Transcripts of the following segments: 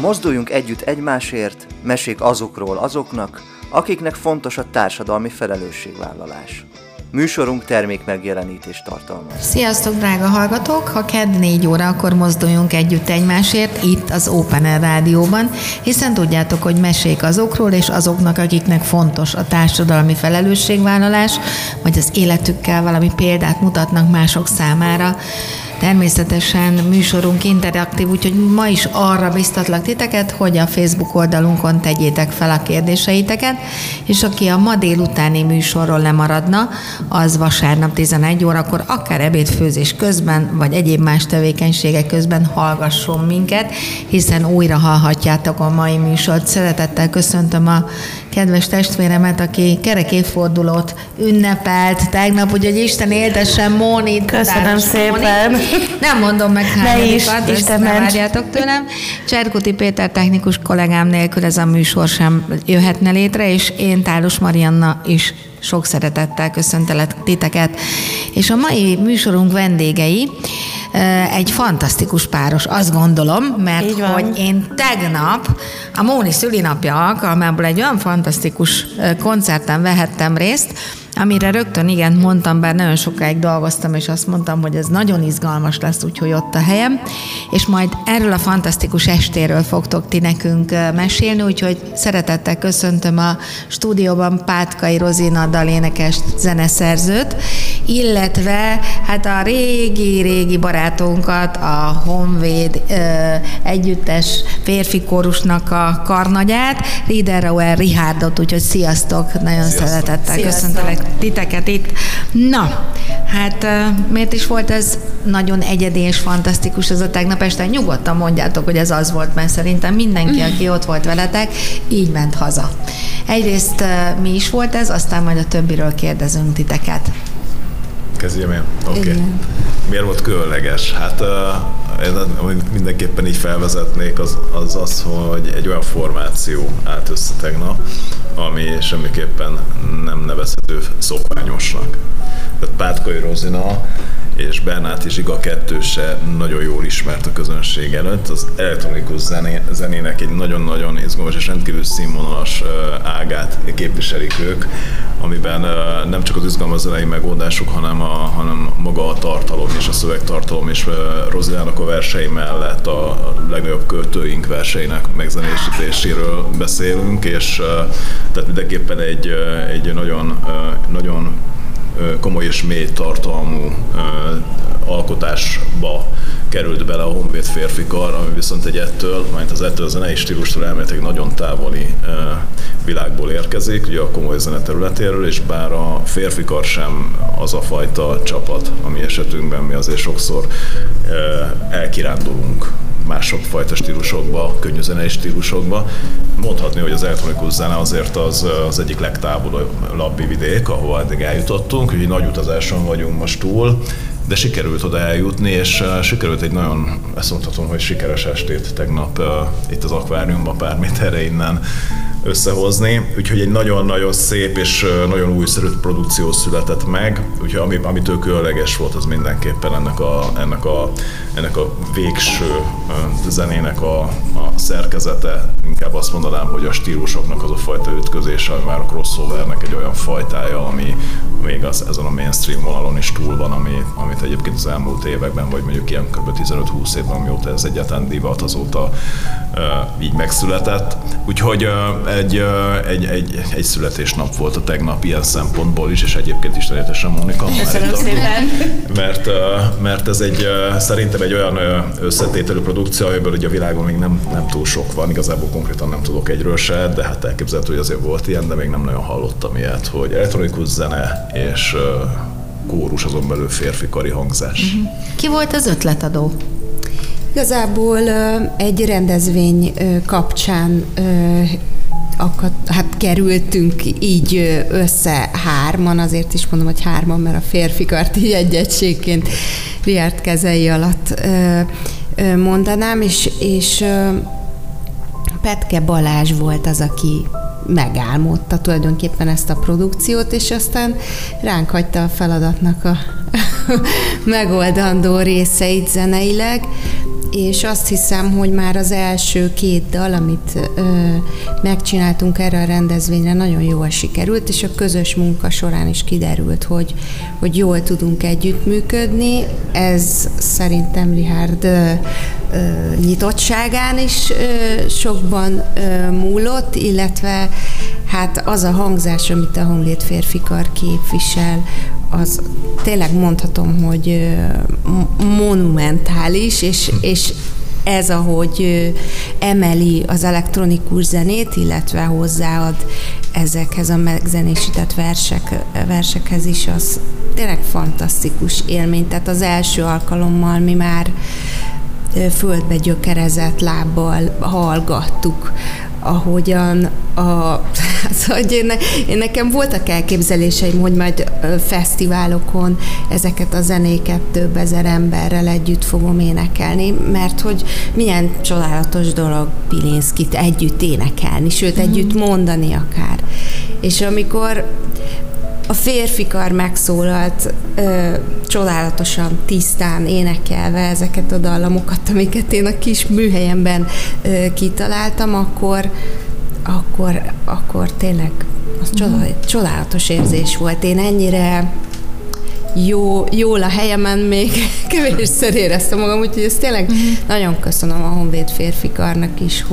Mozduljunk együtt egymásért, mesék azokról azoknak, akiknek fontos a társadalmi felelősségvállalás. Műsorunk termékmegjelenítést tartalmaz. Sziasztok, drága hallgatók! Ha kedd 4 óra, akkor mozduljunk együtt egymásért itt az Open Air Rádióban, hiszen tudjátok, hogy mesék azokról és azoknak, akiknek fontos a társadalmi felelősségvállalás, vagy az életükkel valami példát mutatnak mások számára. Természetesen műsorunk interaktív, úgyhogy ma is arra biztatlak titeket, hogy a Facebook oldalunkon tegyétek fel a kérdéseiteket, és aki a ma délutáni műsorról lemaradna, az vasárnap 11 órakor, akár ebédfőzés közben, vagy egyéb más tevékenységek közben hallgasson minket, hiszen újra hallhatjátok a mai műsort. Szeretettel köszöntöm a kedves testvéremet, aki kerek évfordulót ünnepelt tegnap, úgyhogy Isten éltessen Mónit. Köszönöm szépen. Móni. Nem mondom meg hányadikat, ezt ne várjátok tőlem. Cserkuti Péter technikus kollégám nélkül ez a műsor sem jöhetne létre, és én, Tálos Marianna is sok szeretettel köszöntelek titeket. És a mai műsorunk vendégei egy fantasztikus páros, azt gondolom, mert hogy én tegnap a Móni szülinapja alkalmából egy olyan fantasztikus koncerten vehettem részt, amire rögtön igent mondtam, bár nagyon sokáig dolgoztam, és azt mondtam, hogy ez nagyon izgalmas lesz, úgyhogy ott a helyem, és majd erről a fantasztikus estéről fogtok ti nekünk mesélni, úgyhogy szeretettel köszöntöm a stúdióban Pátkai Rozina dalénekes zeneszerzőt, illetve hát a régi barátunkat, a Honvéd együttes férfi kórusnak a karnagyát, Riederauer Richardot, úgyhogy sziasztok, nagyon szeretettel köszöntelek titeket itt. Na, hát miért is volt ez nagyon egyedi és fantasztikus ez a tegnap este? Nyugodtan mondjátok, hogy ez az volt, mert szerintem mindenki, aki ott volt veletek, így ment haza. Egyrészt mi is volt ez, aztán majd a többiről kérdezünk titeket. Kezdjem én? Oké. Miért volt különleges? Hát amit mindenképpen így felvezetnék, az, hogy egy olyan formáció állt össze tegnap, ami semmiképpen nem nevezhető szokványosnak. Tehát Pátkai Rozina és Bernáti Zsiga kettőse nagyon jól ismert a közönség előtt. Az elektronikus zenének egy nagyon-nagyon izgalmas és rendkívül színvonalas ágát képviselik ők, amiben nem csak az izgalmas zenei megoldások, hanem maga a tartalom és a szövegtartalom és Rozinának a versei mellett a legnagyobb költőink verseinek megzenésítéséről beszélünk, és tehát mindenképpen egy nagyon komoly és mély tartalmú alkotásba került bele a Honvéd férfikar, ami viszont ettől a zenei stílustól elméletileg nagyon távoli világból érkezik, ugye a komoly zene területéről, és bár a férfikar sem az a fajta csapat, ami esetünkben mi azért sokszor elkirándulunk mások fajta stílusokba, könnyű zenei stílusokba. Mondhatni, hogy az elektronikus zene azért az egyik legtávolabbi vidék, ahova eddig eljutottunk, úgyhogy nagy utazáson vagyunk most túl, de sikerült oda eljutni, és sikerült egy nagyon, ezt mondhatom, hogy sikeres estét tegnap itt az akváriumban pár méterre innen összehozni, úgyhogy egy nagyon-nagyon szép és nagyon újszerű produkció született meg, úgyhogy amitől különleges volt, az mindenképpen ennek a végső zenének a szerkezete, inkább azt mondanám, hogy a stílusoknak az a fajta ütközése, ami már a crossovernek egy olyan fajtája, ami még ezen a mainstream vonalon is túl van, amit egyébként az elmúlt években, vagy mondjuk ilyen kb. 15-20 évben, mióta ez egyáltalán divat, azóta így megszületett. Úgyhogy egy születésnap volt a tegnap ilyen szempontból is, és egyébként is természetesen Mónika. Köszönöm szépen! Mert ez szerintem egy olyan összetételű produkció, amiből ugye a világon még nem túl sok van, igazából konkrétan nem tudok egyről se, de hát elképzelhető, hogy azért volt ilyen, de még nem nagyon hallottam ilyet, hogy elektronikus zene és kórus, azon belül férfi kari hangzás. Ki volt az ötletadó? Igazából egy rendezvény kapcsán kerültünk így össze hárman, azért is mondom, hogy hárman, mert a férfikart így egy egységként Richard kezei alatt mondanám, és Petke Balázs volt az, aki megálmodta tulajdonképpen ezt a produkciót, és aztán ránk hagyta a feladatnak a megoldandó részeit zeneileg, és azt hiszem, hogy már az első 2 dal, amit megcsináltunk erre a rendezvényre, nagyon jól sikerült, és a közös munka során is kiderült, hogy jól tudunk együttműködni. Ez szerintem Richárd nyitottságán is sokban múlott, illetve hát az a hangzás, amit a Honvéd Férfikar képvisel, az tényleg mondhatom, hogy monumentális, és ez, ahogy emeli az elektronikus zenét, illetve hozzáad ezekhez a megzenésített versekhez is, az tényleg fantasztikus élmény. Tehát az első alkalommal mi már földbe gyökerezett lábbal hallgattuk, ahogyan én nekem voltak elképzeléseim, hogy majd fesztiválokon ezeket a zenéket több ezer emberrel együtt fogom énekelni, mert hogy milyen csodálatos dolog Pilinszkit együtt énekelni, sőt együtt mondani akár. És amikor a férfikar megszólalt, csodálatosan, tisztán énekelve ezeket a dallamokat, amiket én a kis műhelyemben kitaláltam, akkor tényleg az csodálatos érzés volt. Én ennyire jól a helyemen még kevésszer éreztem magam, úgyhogy ezt tényleg nagyon köszönöm a Honvéd Férfikarnak is,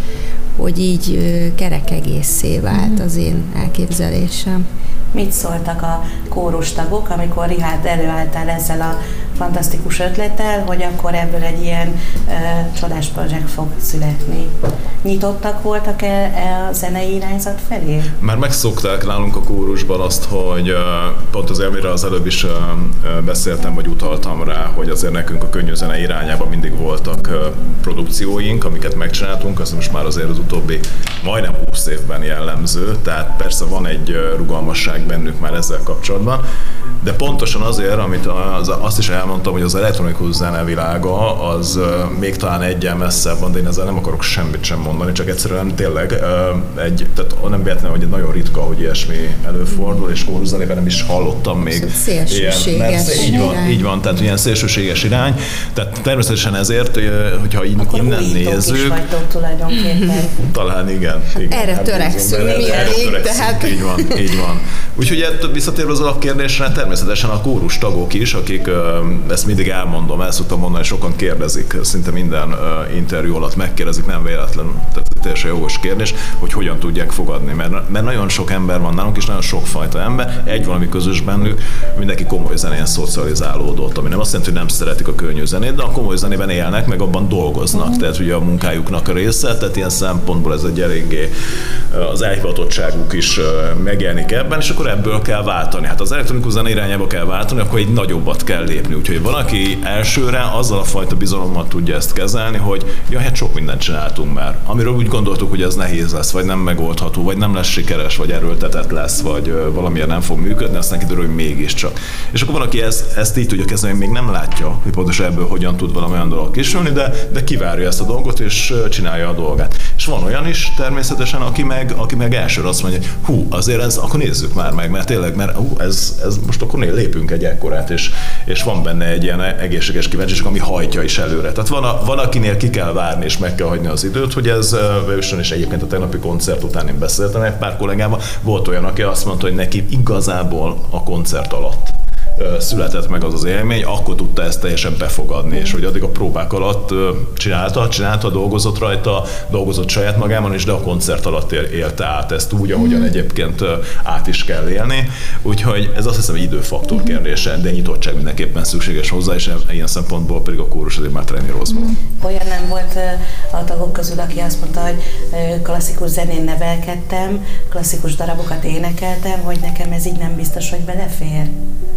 hogy így kerek egészé vált az én elképzelésem. Mit szóltak a kórustagok, amikor Richárd előálltál ezzel a fantasztikus ötlettel, hogy akkor ebből egy ilyen csodás projekt fog születni? Nyitottak voltak-e a zenei irányzat felé? Már megszokták nálunk a kórusban azt, hogy pont azért, amire az előbb is beszéltem, vagy utaltam rá, hogy azért nekünk a könnyű zene irányában mindig voltak produkcióink, amiket megcsináltunk, az most már azért az utóbbi majdnem 20 évben jellemző, tehát persze van egy rugalmasság bennük már ezzel kapcsolatban, de pontosan azért, amit azt is elmondtam, hogy az elektronikus zene világa az még talán egyen messzebb van, de én ezzel nem akarok semmit sem mondani, csak egyszerűen tényleg tehát nem véletlenül, hogy nagyon ritka, hogy ilyesmi előfordul, és kóruszenében nem is hallottam még szélsőséges irány. Így van, tehát ilyen szélsőséges irány. Tehát természetesen ezért, hogyha innen nézzük. Is vagytok tulajdonképpen. Talán igen. Erre törekszünk mi tehát. Így van. Úgyhogy visszatérve az alapkérdésre, természetesen a kórus tagok is, akik ezt mindig elmondom, el szoktam mondani, sokan kérdezik, szinte minden interjú alatt megkérdezik, nem véletlen, tehát teljesen jogos kérdés, hogy hogyan tudják fogadni, mert nagyon sok ember van nálunk, és nagyon sokfajta ember, egy valami közös bennük, mindenki komoly zenén szocializálódott, ami nem azt jelenti, hogy nem szeretik a könnyű zenét, de a komoly zenében élnek, meg abban dolgoznak, tehát ugye a munkájuknak a része, tehát ilyen szempontból ez egy eléggé az elhivatottságuk is megjelenik ebben, és akkor ebből kell váltani. Hát az elektronikus zene irányába kell váltani, akkor egy nagyobbat kell lépni. Úgyhogy van, aki elsőre azzal a fajta bizalommal tudja ezt kezelni, hogy ja, hát sok mindent csináltunk már, amiről úgy gondoltuk, hogy ez nehéz lesz, vagy nem megoldható, vagy nem lesz sikeres, vagy erőltetett lesz, vagy valamilyen nem fog működni, aztán kiderül, hogy mégiscsak. És akkor van, aki ezt így tudja kezelni, még nem látja, hogy pontosan ebből hogyan tud valamilyen dolog kisülni, de kivárja ezt a dolgot, és csinálja a dolgát. És van olyan is természetesen, aki meg elsőre azt mondja, hogy azért ez, akkor nézzük már meg, mert tényleg, ez most akkor lépünk egy ekkorát, és van benne egy ilyen egészséges kíváncsiság, ami hajtja is előre. Tehát van akinél ki kell várni, és meg kell hagyni az időt, hogy ez, és egyébként a tegnapi koncert után én beszéltem egy pár kollégával, volt olyan, aki azt mondta, hogy neki igazából a koncert alatt született meg az az élmény, akkor tudta ezt teljesen befogadni, és hogy addig a próbák alatt csinálta, dolgozott rajta, dolgozott saját magában is, de a koncert alatt élte át ezt úgy, ahogyan egyébként át is kell élni. Úgyhogy ez azt hiszem egy időfaktor kérdése, de nyitottság mindenképpen szükséges hozzá, és ilyen szempontból pedig a kórus azért már trenírozva. Olyan nem volt a tagok közül, aki azt mondta, hogy klasszikus zenén nevelkedtem, klasszikus darabokat énekeltem, hogy nekem ez így nem biztos, hogy belefér?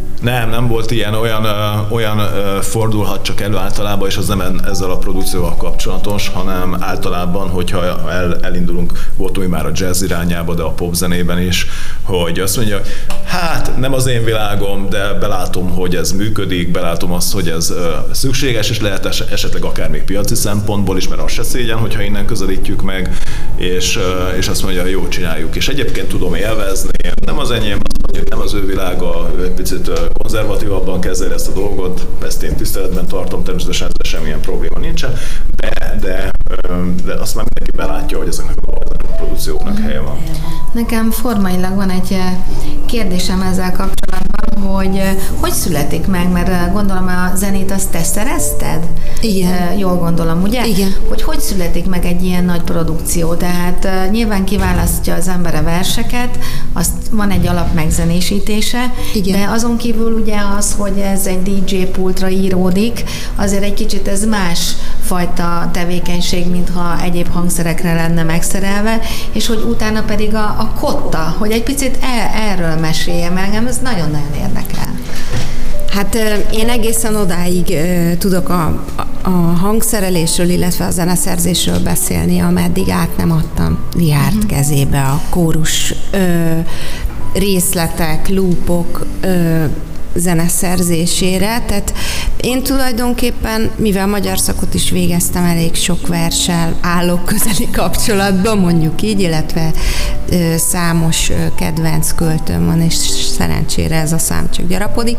Nem volt ilyen, olyan fordulhat csak elő általában, és az nem ezzel a produkcióval kapcsolatos, hanem általában, hogyha elindulunk, voltunk már a jazz irányába, de a popzenében is, hogy azt mondja, hát nem az én világom, de belátom, hogy ez működik, belátom azt, hogy ez szükséges, és lehet esetleg akár még piaci szempontból is, mert az se szégyen, hogyha innen közelítjük meg, és azt mondja, jó, csináljuk. És egyébként tudom élvezni, nem az enyém, nem az ő világa, egy picit konzervatívabban kezeli ezt a dolgot, ezt én tiszteletben tartom, természetesen ezzel semmilyen probléma nincsen, de azt már mindenki belátja, hogy ezeknek a produkcióknak helye van. Nekem formailag van egy kérdésem ezzel kapcsolatban, hogy születik meg, mert gondolom a zenét azt te szerezted? Igen. Jól gondolom, ugye? Igen. Hogy születik meg egy ilyen nagy produkció? Tehát nyilván kiválasztja az ember a verseket, azt van egy alap megzenésítése, igen. De azon kívül ugye az, hogy ez egy DJ pultra íródik, azért egy kicsit ez más fajta tevékenység, mintha egyéb hangszerekre lenne megszerelve, és hogy utána pedig a kotta, hogy egy picit erről meséljem, engem ez nagyon-nagyon érdekel. Hát én egészen odáig tudok a hangszerelésről, illetve a zeneszerzésről beszélni, ameddig át nem adtam Richárd kezébe a kórus részletek, loopok zeneszerzésére. Tehát én tulajdonképpen, mivel magyar szakot is végeztem, elég sok verssel állok közeli kapcsolatban, mondjuk így, illetve számos kedvenc költőm van, és szerencsére ez a szám csak gyarapodik.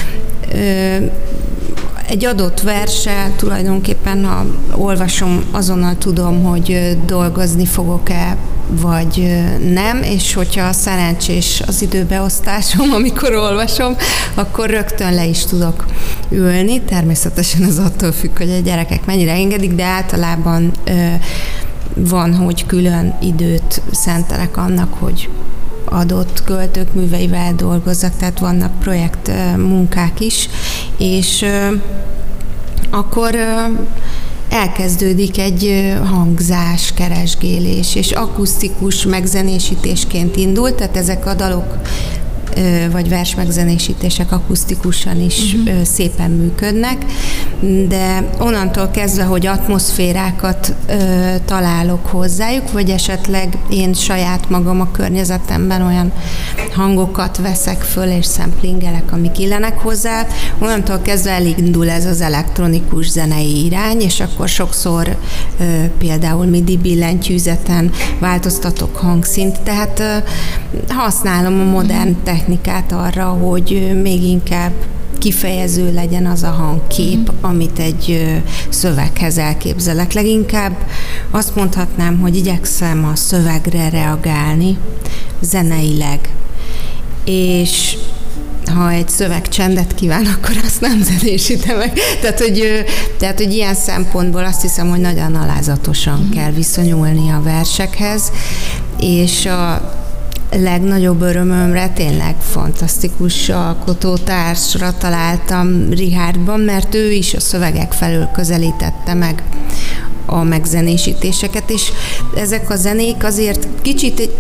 Egy adott verssel tulajdonképpen, ha olvasom, azonnal tudom, hogy dolgozni fogok-e, vagy nem, és hogyha szerencsés az időbeosztásom, amikor olvasom, akkor rögtön le is tudok ülni. Természetesen ez attól függ, hogy a gyerekek mennyire engedik, de általában van, hogy külön időt szentelek annak, hogy adott költők műveivel dolgozzak, tehát vannak projekt munkák is, és akkor elkezdődik egy hangzás, keresgélés, és akusztikus megzenésítésként indult, tehát ezek a dalok vagy versmegzenésítések akusztikusan is szépen működnek, de onnantól kezdve, hogy atmoszférákat találok hozzájuk, vagy esetleg én saját magam a környezetemben olyan hangokat veszek föl és szemplingelek, amik illenek hozzá, onnantól kezdve elindul ez az elektronikus zenei irány, és akkor sokszor például MIDI billentyűzeten változtatok hangszint, tehát használom a modern technikát arra, hogy még inkább kifejező legyen az a hangkép, amit egy szöveghez elképzelek. Leginkább azt mondhatnám, hogy igyekszem a szövegre reagálni zeneileg, és ha egy szöveg csendet kíván, akkor azt nem zenésítem meg. Tehát, hogy ilyen szempontból azt hiszem, hogy nagyon alázatosan kell viszonyulni a versekhez, és a legnagyobb örömömre tényleg fantasztikus alkotótársra találtam Richárdban, mert ő is a szövegek felől közelítette meg a megzenésítéseket, és ezek a zenék azért kicsit egy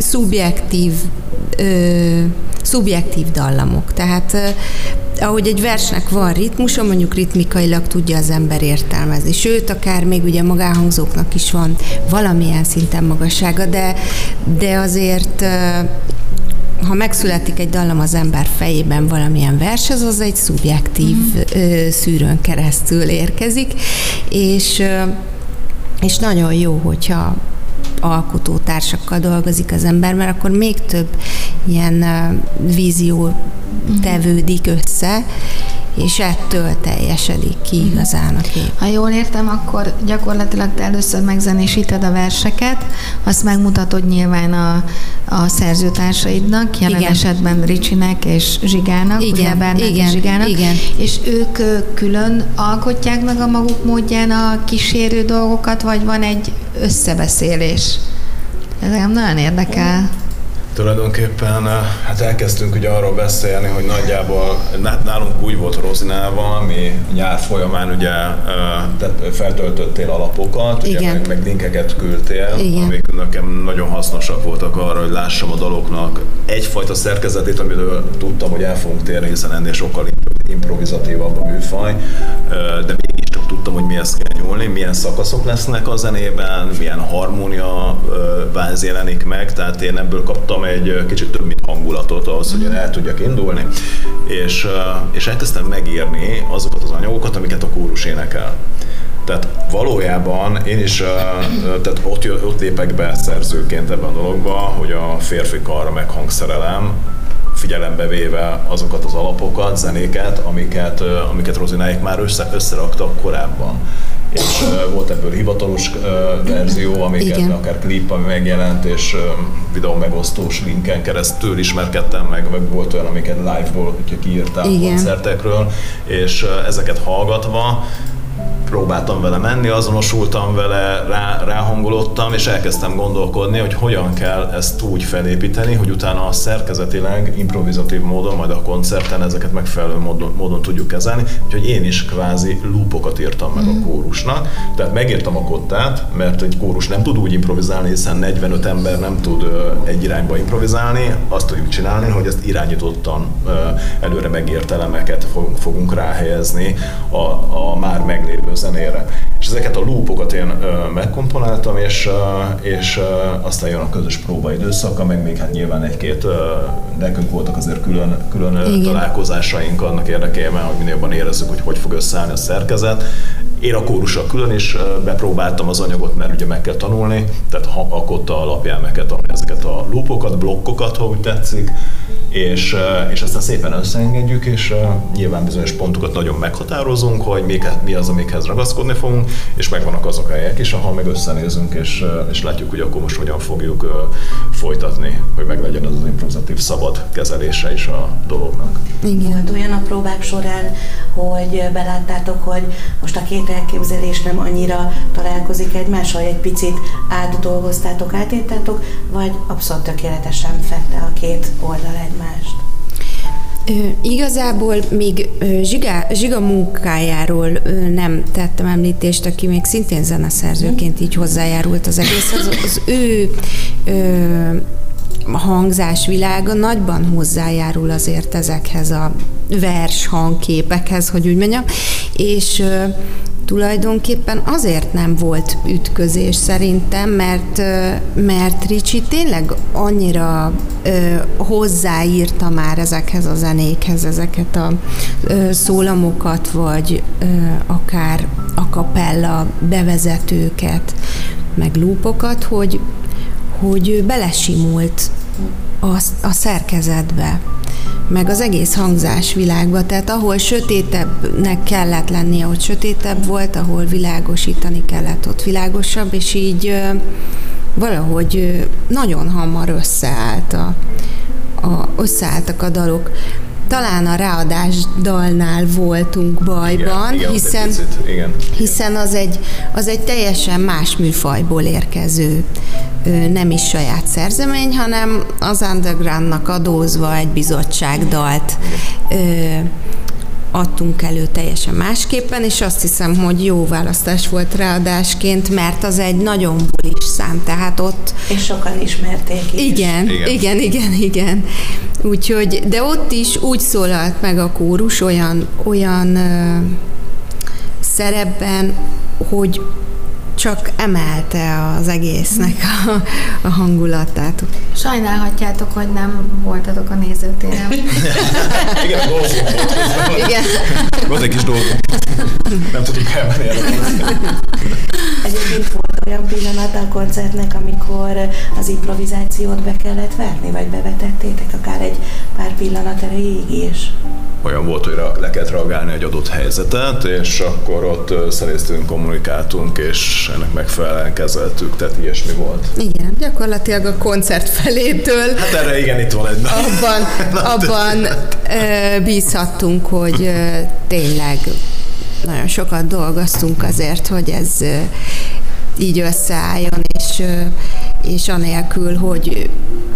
szubjektív dallamok. Tehát ahogy egy versnek van ritmusa, mondjuk ritmikailag tudja az ember értelmezni. Sőt, akár még ugye magánhangzóknak is van valamilyen szinten magassága, de azért ha megszületik egy dallam az ember fejében valamilyen vershez, az egy szubjektív szűrőn keresztül érkezik, és nagyon jó, hogyha alkotótársakkal dolgozik az ember, mert akkor még több ilyen vízió tevődik össze, és ettől teljesedik ki igazán a kép. Ha jól értem, akkor gyakorlatilag te először megzenésíted a verseket, azt megmutatod nyilván a szerzőtársaidnak, jelen esetben Ricsinek és Zsigának, ugye Bernek és Zsigának, és ők külön alkotják meg a maguk módján a kísérő dolgokat, vagy van egy összebeszélés? Ez engem nagyon érdekel. Tulajdonképpen hát elkezdtünk ugye arról beszélni, hogy nagyjából nálunk úgy volt Rozinával, mi nyár folyamán ugye feltöltöttél alapokat, ugye, meg linkeket küldtél, amik nekem nagyon hasznosak voltak arra, hogy lássam a daloknak egyfajta szerkezetét, amiről tudtam, hogy el fogunk térni, hiszen ennél sokkal improvizatívabb a műfaj, de mégis csak tudtam, hogy mihez kell nyúlni, milyen szakaszok lesznek a zenében, milyen harmónia váz jelenik meg, tehát én ebből kaptam egy kicsit több mint hangulatot ahhoz, hogy én el tudjak indulni, és elkezdtem megírni azokat az anyagokat, amiket a kórus énekel. Tehát valójában én is tehát ott lépek be szerzőként ebben a dologba, hogy a férfi karra meghangszerelem, figyelembe véve azokat az alapokat, zenéket, amiket Rozináik már összeraktak korábban. És volt ebből hivatalos verzió, amiket akár klip, ami megjelent, és videó megosztós linken keresztül ismerkedtem meg volt olyan, amiket live-ból kiírtál koncertekről, és ezeket hallgatva próbáltam vele menni, azonosultam vele, ráhangolódtam, és elkezdtem gondolkodni, hogy hogyan kell ezt úgy felépíteni, hogy utána szerkezetileg, improvizatív módon, majd a koncerten ezeket megfelelő módon tudjuk kezelni, úgyhogy én is kvázi loopokat írtam meg a kórusnak. Tehát megírtam a kottát, mert egy kórus nem tud úgy improvizálni, hiszen 45 ember nem tud egy irányba improvizálni, azt tudjuk csinálni, hogy ezt irányítottan előre megírt elemeket fogunk ráhelyezni a már meglévő zenére. És ezeket a loopokat én megkomponáltam, és aztán jön a közös próbaidőszaka, meg még hát nyilván egy-két, nekünk voltak azért külön találkozásaink annak érdekében, hogy minél jobban érezzük, hogy fog összeállni a szerkezet. Én a kórussal külön is bepróbáltam az anyagot, mert ugye meg kell tanulni, tehát a kotta alapján meg kell tanulni ezeket a loopokat, blokkokat, ha úgy tetszik, és aztán szépen összeengedjük, és nyilván bizonyos pontokat nagyon meghatározunk, hogy mi az, amikhez ragaszkodni fogunk, és megvannak azok a helyek is, ahol meg összenézünk, és látjuk, hogy akkor most hogyan fogjuk folytatni, hogy meglegyen az improvizatív szabad kezelése is a dolognak. Igen. Volt olyan a próbák során, hogy beláttátok, hogy most a két elképzelés nem annyira találkozik egymással, hogy egy picit átdolgoztátok, átírtátok, vagy abszolút tökéletesen fette a két oldal egymást? Igazából még Zsiga munkájáról nem tettem említést, aki még szintén zeneszerzőként így hozzájárult az egészhez. Az ő hangzásvilága nagyban hozzájárul azért ezekhez a vers hangképekhez, hogy úgy mondjam, és tulajdonképpen azért nem volt ütközés szerintem, mert Ricsi tényleg annyira hozzáírta már ezekhez a zenékhez, ezeket a szólamokat, vagy akár a cappella bevezetőket, meg loopokat, hogy ő belesimult a szerkezetbe, meg az egész hangzásvilágba, tehát ahol sötétebbnek kellett lennie, ott sötétebb volt, ahol világosítani kellett, ott világosabb, és így valahogy nagyon hamar összeálltak a dalok. Talán a ráadás dalnál voltunk bajban, hiszen az egy teljesen más műfajból érkező, nem is saját szerzemény, hanem az undergroundnak adózva egy bizottságdalt adtunk elő teljesen másképpen, és azt hiszem, hogy jó választás volt ráadásként, mert az egy nagyon bulis szám, tehát ott... És sokan ismerték is. Igen. Úgyhogy, de ott is úgy szólalt meg a kórus olyan szerepben, hogy csak emelte az egésznek a hangulatát. Sajnálhatjátok, hogy nem voltatok a nézőtéren. Igen, a dolgunk volt. Igen. Volt egy kis dolgunk. Nem tudjuk elmenni erre. Egyébként volt olyan pillanat a koncertnek, amikor az improvizációt be kellett vetni, vagy bevetettétek akár egy pár pillanat erejéig is? Olyan volt, hogy le kellett reagálni egy adott helyzetet, és akkor ott szeréztünk, kommunikáltunk, és ennek megfelelően kezeltük, tehát ilyesmi volt. Igen, gyakorlatilag a koncert felétől. Hát erre igen, itt van egy. Abban bízhattunk, hogy tényleg nagyon sokat dolgoztunk azért, hogy ez így összeálljon, és anélkül, hogy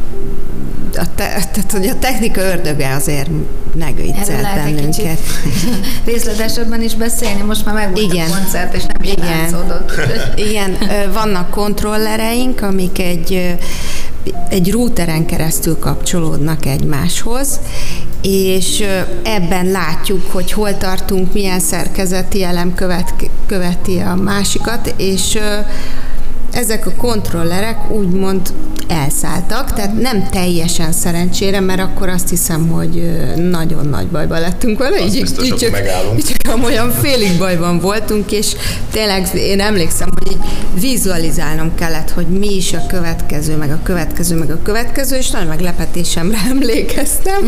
hogy a technika ördöge azért megviccelt bennünket. Részletesebben is beszélni, most már meg volt a koncert, és nem is látszódott. Igen, vannak kontrollereink, amik egy routeren keresztül kapcsolódnak egymáshoz, és ebben látjuk, hogy hol tartunk, milyen szerkezeti elem követi a másikat, ezek a kontrollerek úgymond elszálltak, tehát nem teljesen szerencsére, mert akkor azt hiszem, hogy nagyon nagy bajban lettünk vele, így csak olyan félig bajban voltunk, és tényleg én emlékszem, hogy így vizualizálnom kellett, hogy mi is a következő, meg a következő, meg a következő, és nagy meglepetésemre emlékeztem,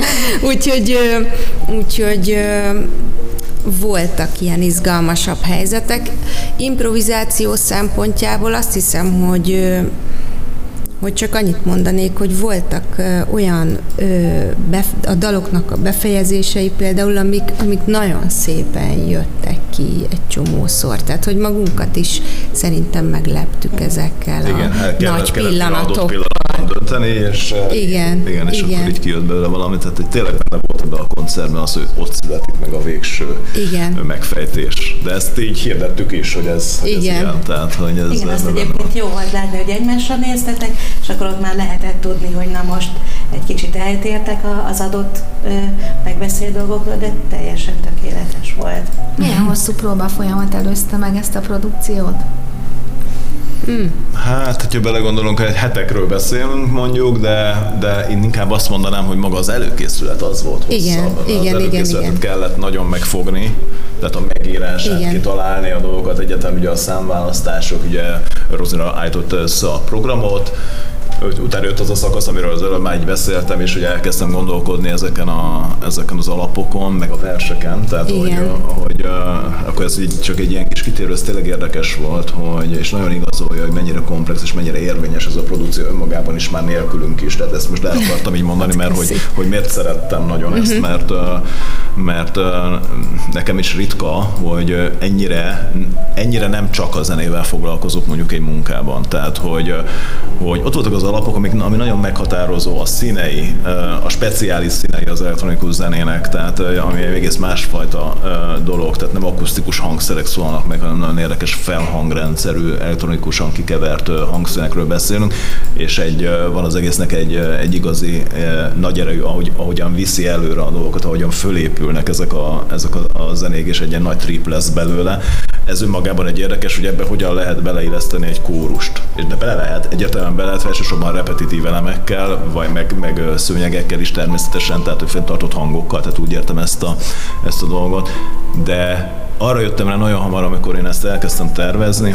úgyhogy voltak ilyen izgalmasabb helyzetek. Improvizáció szempontjából azt hiszem, hogy csak annyit mondanék, hogy voltak olyan a daloknak a befejezései például, amik nagyon szépen jöttek ki egy csomószor. Tehát, hogy magunkat is szerintem megleptük ezekkel nagy pillanatokkal. Dönteni, és igen, és akkor így kijött belőle valami, tehát hogy tényleg benne volt ebben a koncertben az, hogy ott születik meg a végső megfejtés. De ezt így hirdettük is, hogy ez ilyen. Tehát, hogy ez igen, azt egyébként jó volt látni, hogy egymásra néztetek, és akkor ott már lehetett tudni, hogy na most egy kicsit eltértek az adott megbeszélt dolgokról, de teljesen tökéletes volt. Milyen hosszú próbafolyamat előzte meg ezt a produkciót? Hát, hogyha belegondolunk, hogy hetekről beszélünk mondjuk, de én inkább azt mondanám, hogy maga az előkészület az volt hosszabb. Az előkészületet kellett nagyon megfogni, tehát a megírását kitalálni a dolgokat, egyetem ugye a számválasztások, ugye Rozina állított össze a programot, utána jött az a szakasz, amiről az előbb már így beszéltem, és hogy elkezdtem gondolkodni ezeken az alapokon, meg a verseken, tehát hogy akkor ez így csak egy ilyen kis kitérő, ez tényleg érdekes volt, és nagyon igazolja, hogy mennyire komplex és mennyire érvényes ez a produkció önmagában is, már nélkülünk is, tehát ezt most el akartam így mondani, mert hogy miért szerettem nagyon ezt, mert nekem is ritka, hogy ennyire nem csak a zenével foglalkozok mondjuk egy munkában, tehát hogy ott voltak az alapok, ami nagyon meghatározó, a színei, a speciális színei az elektronikus zenének, tehát ami egy egész másfajta dolog, tehát nem akusztikus hangszerek szólnak meg, hanem nagyon érdekes felhangrendszerű, elektronikusan kikevert hangszerekről beszélünk, és van az egésznek egy igazi nagy erejű, ahogyan viszi előre a dolgokat, ahogyan fölépülnek ezek a zenék, és egy ilyen nagy trip lesz belőle. Ez önmagában egy érdekes, hogy ebbe hogyan lehet beleilleszteni egy kórust. De bele lehet, egyértelműen bele lehet, elsősorban repetitív elemekkel, vagy meg szőnyegekkel is természetesen, tehát fenntartott hangokkal, tehát úgy értem ezt a dolgot. De arra jöttem rá nagyon hamar, amikor én ezt elkezdtem tervezni,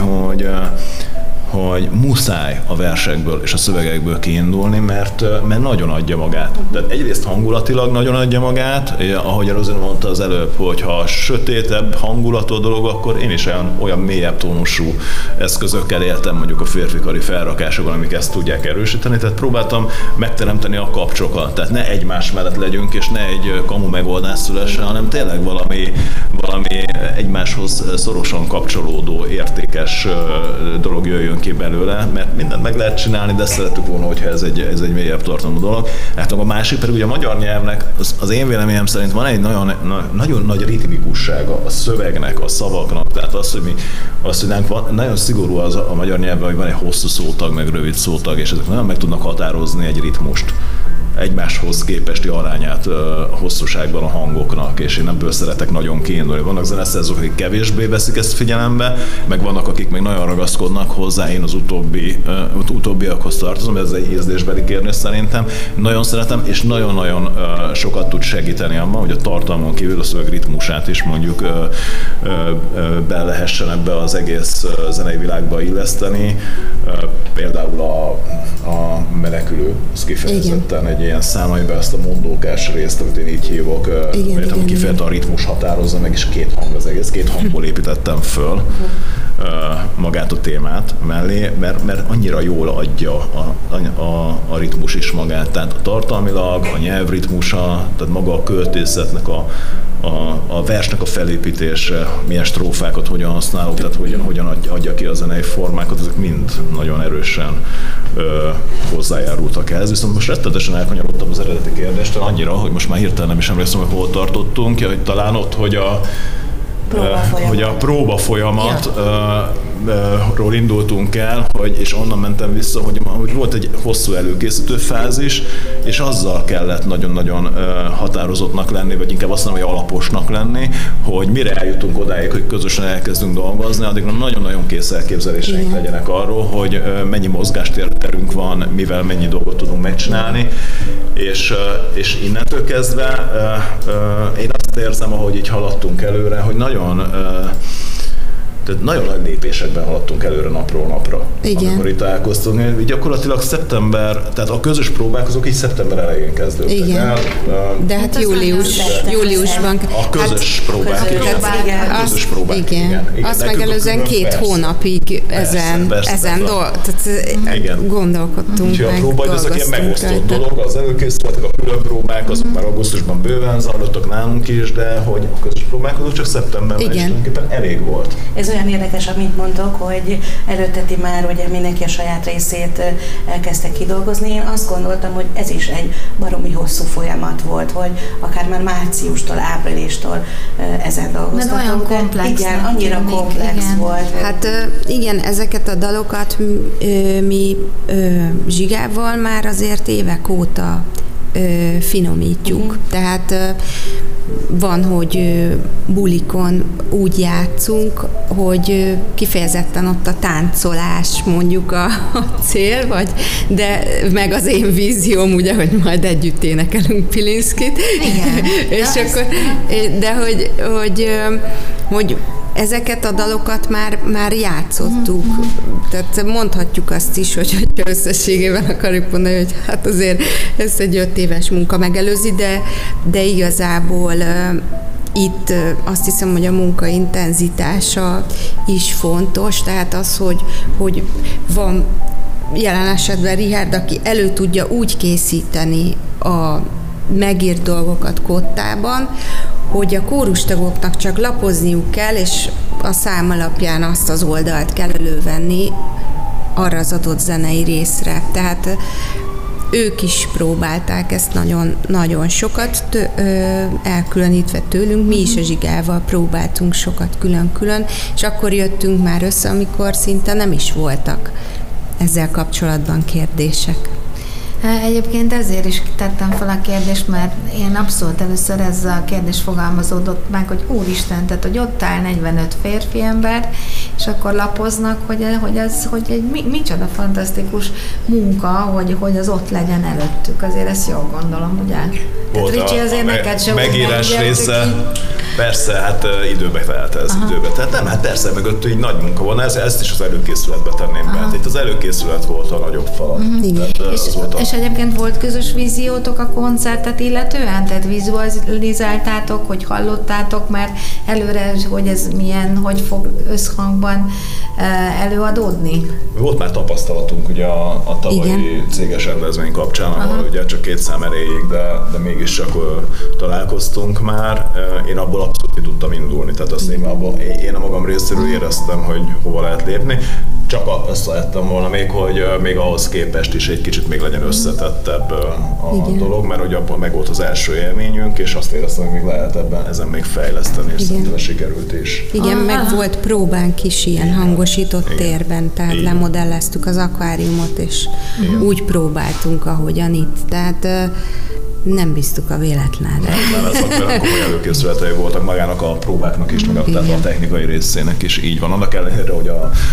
hogy muszáj a versekből és a szövegekből kiindulni, mert nagyon adja magát. Tehát egyrészt hangulatilag nagyon adja magát, ahogy Rozina mondta az előbb, hogy ha sötétebb hangulatú dolog, akkor én is olyan mélyebb tónusú eszközökkel éltem mondjuk a férfikari felrakásokon, amik ezt tudják erősíteni, tehát próbáltam megteremteni a kapcsokat, tehát ne egymás mellett legyünk, és ne egy kamu megoldás szülessen, hanem tényleg valami egymáshoz szorosan kapcsolódó, értékes dolog jöjjön ki belőle, mert mindent meg lehet csinálni, de szerettük volna, hogyha ez egy mélyebb tartalmú dolog. Hát a másik pedig ugye a magyar nyelvnek, az én véleményem szerint van egy nagyon nagy ritmikussága a szövegnek, a szavaknak, tehát az, hogy nagyon szigorú az a magyar nyelvben, hogy van egy hosszú szótag, meg rövid szótag, és ezek nagyon meg tudnak határozni egy ritmust, egymáshoz képesti arányát hosszúságban a hangoknak, és én ebből szeretek nagyon kiindulni. Vannak zeneszerzők, akik kevésbé veszik ezt figyelembe, meg vannak, akik még nagyon ragaszkodnak hozzá, én az utóbbiakhoz tartozom, ez egy ízlésbeli kérdés szerintem. Nagyon szeretem, és nagyon-nagyon sokat tud segíteni abban, hogy a tartalmon kívül a szöveg ritmusát is mondjuk be lehessen ebbe az egész zenei világba illeszteni. Például a menekülő, az kifejezetten egy ilyen szám, amiben ezt a mondókás részt, amit én így hívok, mert kifejezetten a ritmus határozza meg, és két hang az egész, két hangból építettem föl magát a témát mellé, mert annyira jól adja a ritmus is magát, tehát tartalmilag, a nyelvritmusa, tehát maga a költészetnek a versnek a felépítése, milyen strófákat hogyan használok, tehát hogyan adja ki a zenei formákat, ezek mind nagyon erősen hozzájárultak ehhez. Viszont most rettenetesen elkanyarodtam az eredeti kérdéstől annyira, hogy most már hirtelen nem is emlékszem, hogy hol tartottunk, hogy talán ott, hogy a próba folyamat ról indultunk el, és onnan mentem vissza, hogy volt egy hosszú előkészítő fázis, és azzal kellett nagyon-nagyon határozottnak lenni, vagy inkább azt mondom, hogy alaposnak lenni, hogy mire eljutunk odáig, hogy közösen elkezdünk dolgozni, addigra nagyon-nagyon kész elképzeléseink legyenek arról, hogy mennyi mozgástérünk van, mivel mennyi dolgot tudunk megcsinálni, és innentől kezdve én azt érzem, ahogy így haladtunk előre, hogy tehát nagyon nagy lépésekben haladtunk előre napról napra, amikor itt találkoztunk. Gyakorlatilag szeptember, tehát a közös próbálkozók így szeptember elején kezdődtek el. De hát júliusban. A közös próbák. Igen. Azt megelőzően 2 hónapig ezen gondolkodtunk. Úgyhogy a próba, hogy ezek ilyen megosztott dolog, az előkészületek, a külön próbák, azok már augusztusban bőven zajlottak nálunk is, de hogy a közös próbálkozók csak szeptemberben is tulajdonképpen elég volt. Ez olyan érdekes, amit mondtok, hogy előtte már ugye mindenki a saját részét elkezdte kidolgozni. Én azt gondoltam, hogy ez is egy baromi hosszú folyamat volt, hogy akár már márciustól, áprilistól ezen dolgoztatunk. Mert olyan komplex. Igen, annyira komplex volt. Hát igen, ezeket a dalokat mi Zsigával már azért évek óta finomítjuk. Tehát van, hogy bulikon úgy játszunk, hogy kifejezetten ott a táncolás mondjuk a cél, de meg az én vízióm, ugye, hogy majd együtt énekelünk Pilinszkit. Igen. És akkor, de hogy ezeket a dalokat már játszottuk. Tehát mondhatjuk azt is, hogy összességében akarjuk mondani, hogy hát azért ez egy 5 éves munka megelőzi, de igazából itt azt hiszem, hogy a munka intenzitása is fontos, tehát az, hogy van jelen esetben Richárd, aki elő tudja úgy készíteni a megírt dolgokat kottában, hogy a kórustagoknak csak lapozniuk kell, és a szám alapján azt az oldalt kell elővenni arra az adott zenei részre. Tehát ők is próbálták ezt nagyon, nagyon sokat elkülönítve tőlünk, mi is a Zsigával próbáltunk sokat külön-külön, és akkor jöttünk már össze, amikor szinte nem is voltak ezzel kapcsolatban kérdések. Egyébként ezért is tettem fel a kérdést, mert én abszolút először ez a kérdés fogalmazódott meg, hogy úristen, tehát hogy ott áll 45 férfi ember, és akkor lapoznak, hogy micsoda fantasztikus munka, hogy az ott legyen előttük. Azért ezt jól gondolom, ugye? Volt Ricsi, azért neked se megírás része, persze, hát időbe telt ez, Nem, hát persze, mögött így nagy munka van, ezt is az előkészületbe tenném be. Itt az előkészület volt a nagyobb falat. És egyébként volt közös víziótok a koncertet illetően? Tehát vizualizáltátok, hogy hallottátok már előre, hogy ez milyen, hogy fog összhangban előadódni? Volt már tapasztalatunk ugye a tavalyi céges rendezvény kapcsán, ahol ugye csak 2 szám erejéig, de mégiscsak találkoztunk már. Én abból abszolút ki tudtam indulni, tehát azt én a magam részéről éreztem, hogy hova lehet lépni. Csak azt lehettem volna még, hogy még ahhoz képest is egy kicsit még legyen összetettebb a dolog, mert hogy abban meg volt az első élményünk, és azt éreztem, hogy még lehet ezen még fejleszteni, és szerintem sikerült is. Igen, meg volt próbánk is ilyen hangosított térben, tehát lemodelleztük az akváriumot, és úgy próbáltunk, ahogyan itt. Tehát nem bíztuk a véletlenre. Mert azok komoly előkészületei voltak magának a próbáknak is, meg a technikai részének is így van. Annak ellenére, hogy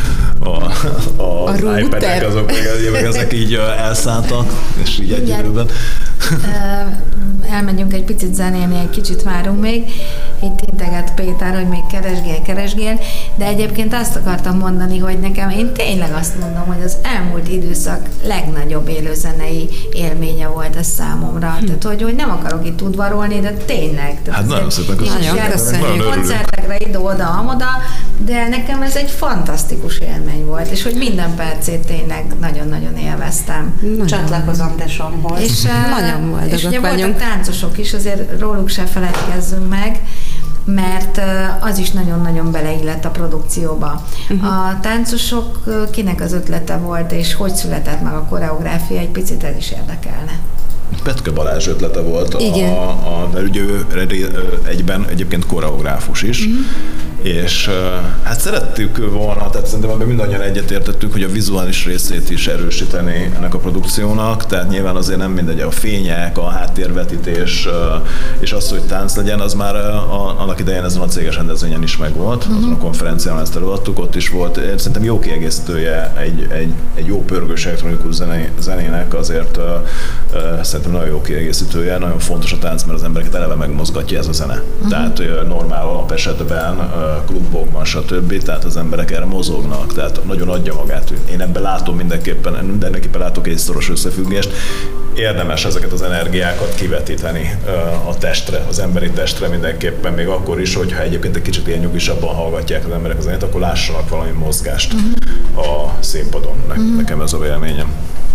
az iPad-ek azok meg ezek így elszálltak, és így egy időben. Elmegyünk egy picit zenélni, egy kicsit várunk még. Itt integet Péter, hogy még keresgél, de egyébként azt akartam mondani, hogy nekem, én tényleg azt mondom, hogy az elmúlt időszak legnagyobb élőzenei élménye volt ez számomra. Tehát, hogy nem akarok itt udvarolni, de tényleg. Hát nagyon szépen köszönjük. Koncertekre ide-oda, amoda, de nekem ez egy fantasztikus élmény volt, és hogy minden percét tényleg nagyon-nagyon élveztem. Csatlakozom tesomhoz. És nagyon boldogak és ugye vagyunk. voltak táncosok is, azért róluk se feledkezzünk meg, mert az is nagyon-nagyon beleillett a produkcióba. A táncosok kinek az ötlete volt, és hogy született meg a koreográfia, egy picit ez is érdekelne. Petke Balázs ötlete volt, ugye egyben egyébként koreográfus is, és hát szerettük volna, tehát szerintem ebben mindannyian egyetértettük, hogy a vizuális részét is erősíteni ennek a produkciónak, tehát nyilván azért nem mindegy a fények, a háttérvetítés, és az, hogy tánc legyen, az már annak idején ezen a céges rendezvényen is megvolt, azon a konferencián ezt előadtuk, ott is volt, szerintem jó kiegészítője egy jó pörgős elektronikus zenének, azért szerintem nagyon jó kiegészítője, nagyon fontos a tánc, mert az embereket eleve megmozgatja ez a zene. Tehát normál alapesetben, klubokban, stb. Tehát az emberek erre mozognak, tehát nagyon adja magát. Én ebben látom mindenképpen látok egy szoros összefüggést. Érdemes ezeket az energiákat kivetíteni a testre, az emberi testre mindenképpen, még akkor is, hogyha egyébként egy kicsit ilyen nyugisabban hallgatják az emberek a zenét, akkor lássanak valami mozgást a színpadon. Nekem ez a véleményem.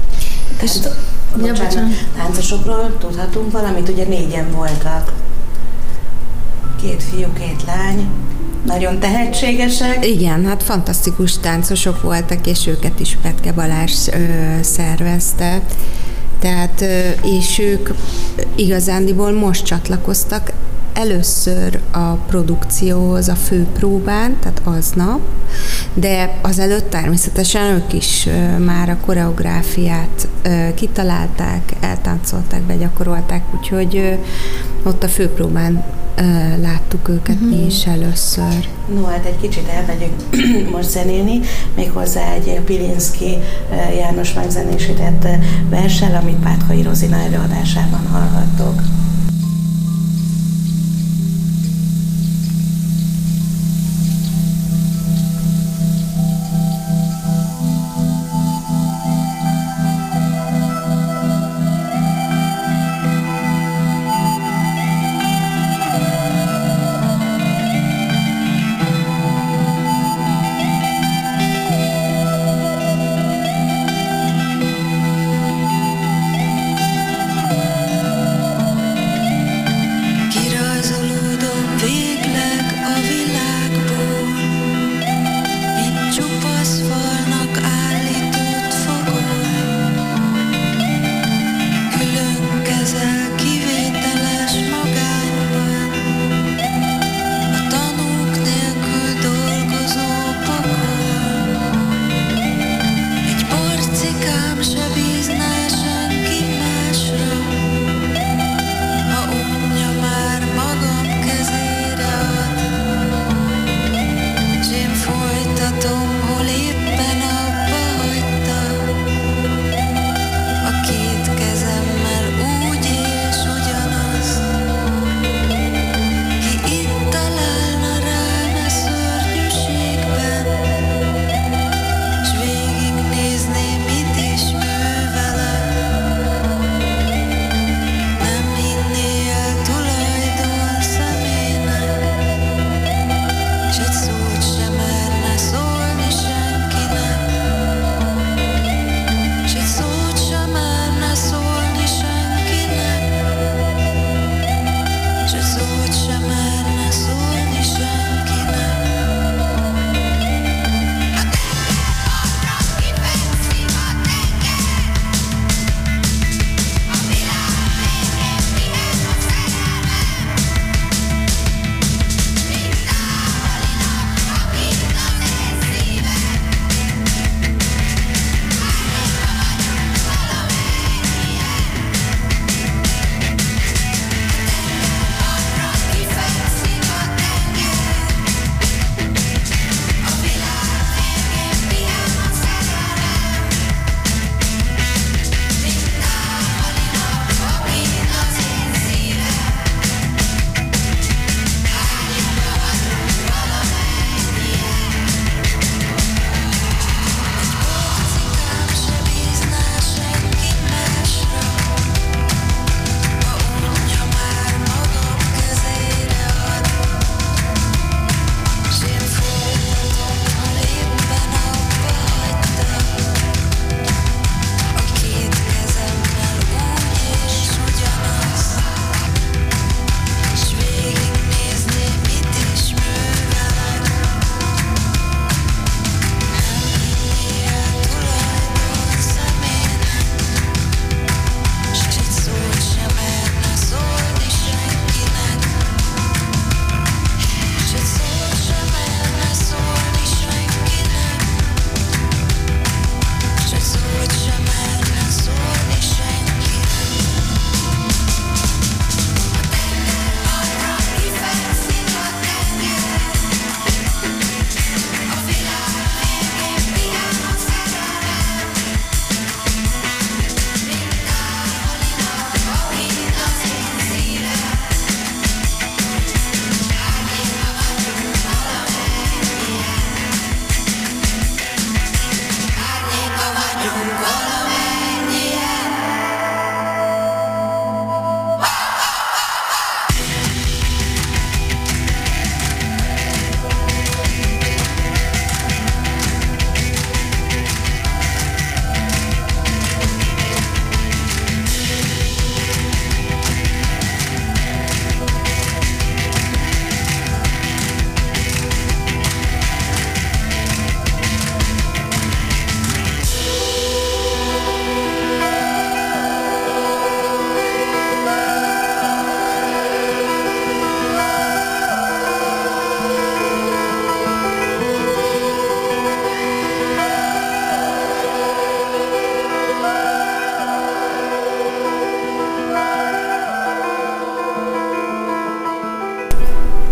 Táncosokról tudhatunk valamit, ugye 4-en voltak. 2 fiú, 2 lány. Nagyon tehetségesek. Igen, hát fantasztikus táncosok voltak, és őket is Petke Balázs szervezte. Tehát, és ők igazándiból most csatlakoztak először a produkcióhoz a főpróbán, tehát aznap, de azelőtt természetesen ők is már a koreográfiát kitalálták, eltáncolták, begyakorolták, úgyhogy ott a főpróbán láttuk őket mi is először. No, hát egy kicsit elmegyünk most zenélni, méghozzá egy Pilinszky János megzenésített verssel, amit Pátkai Rozina előadásában hallhattok.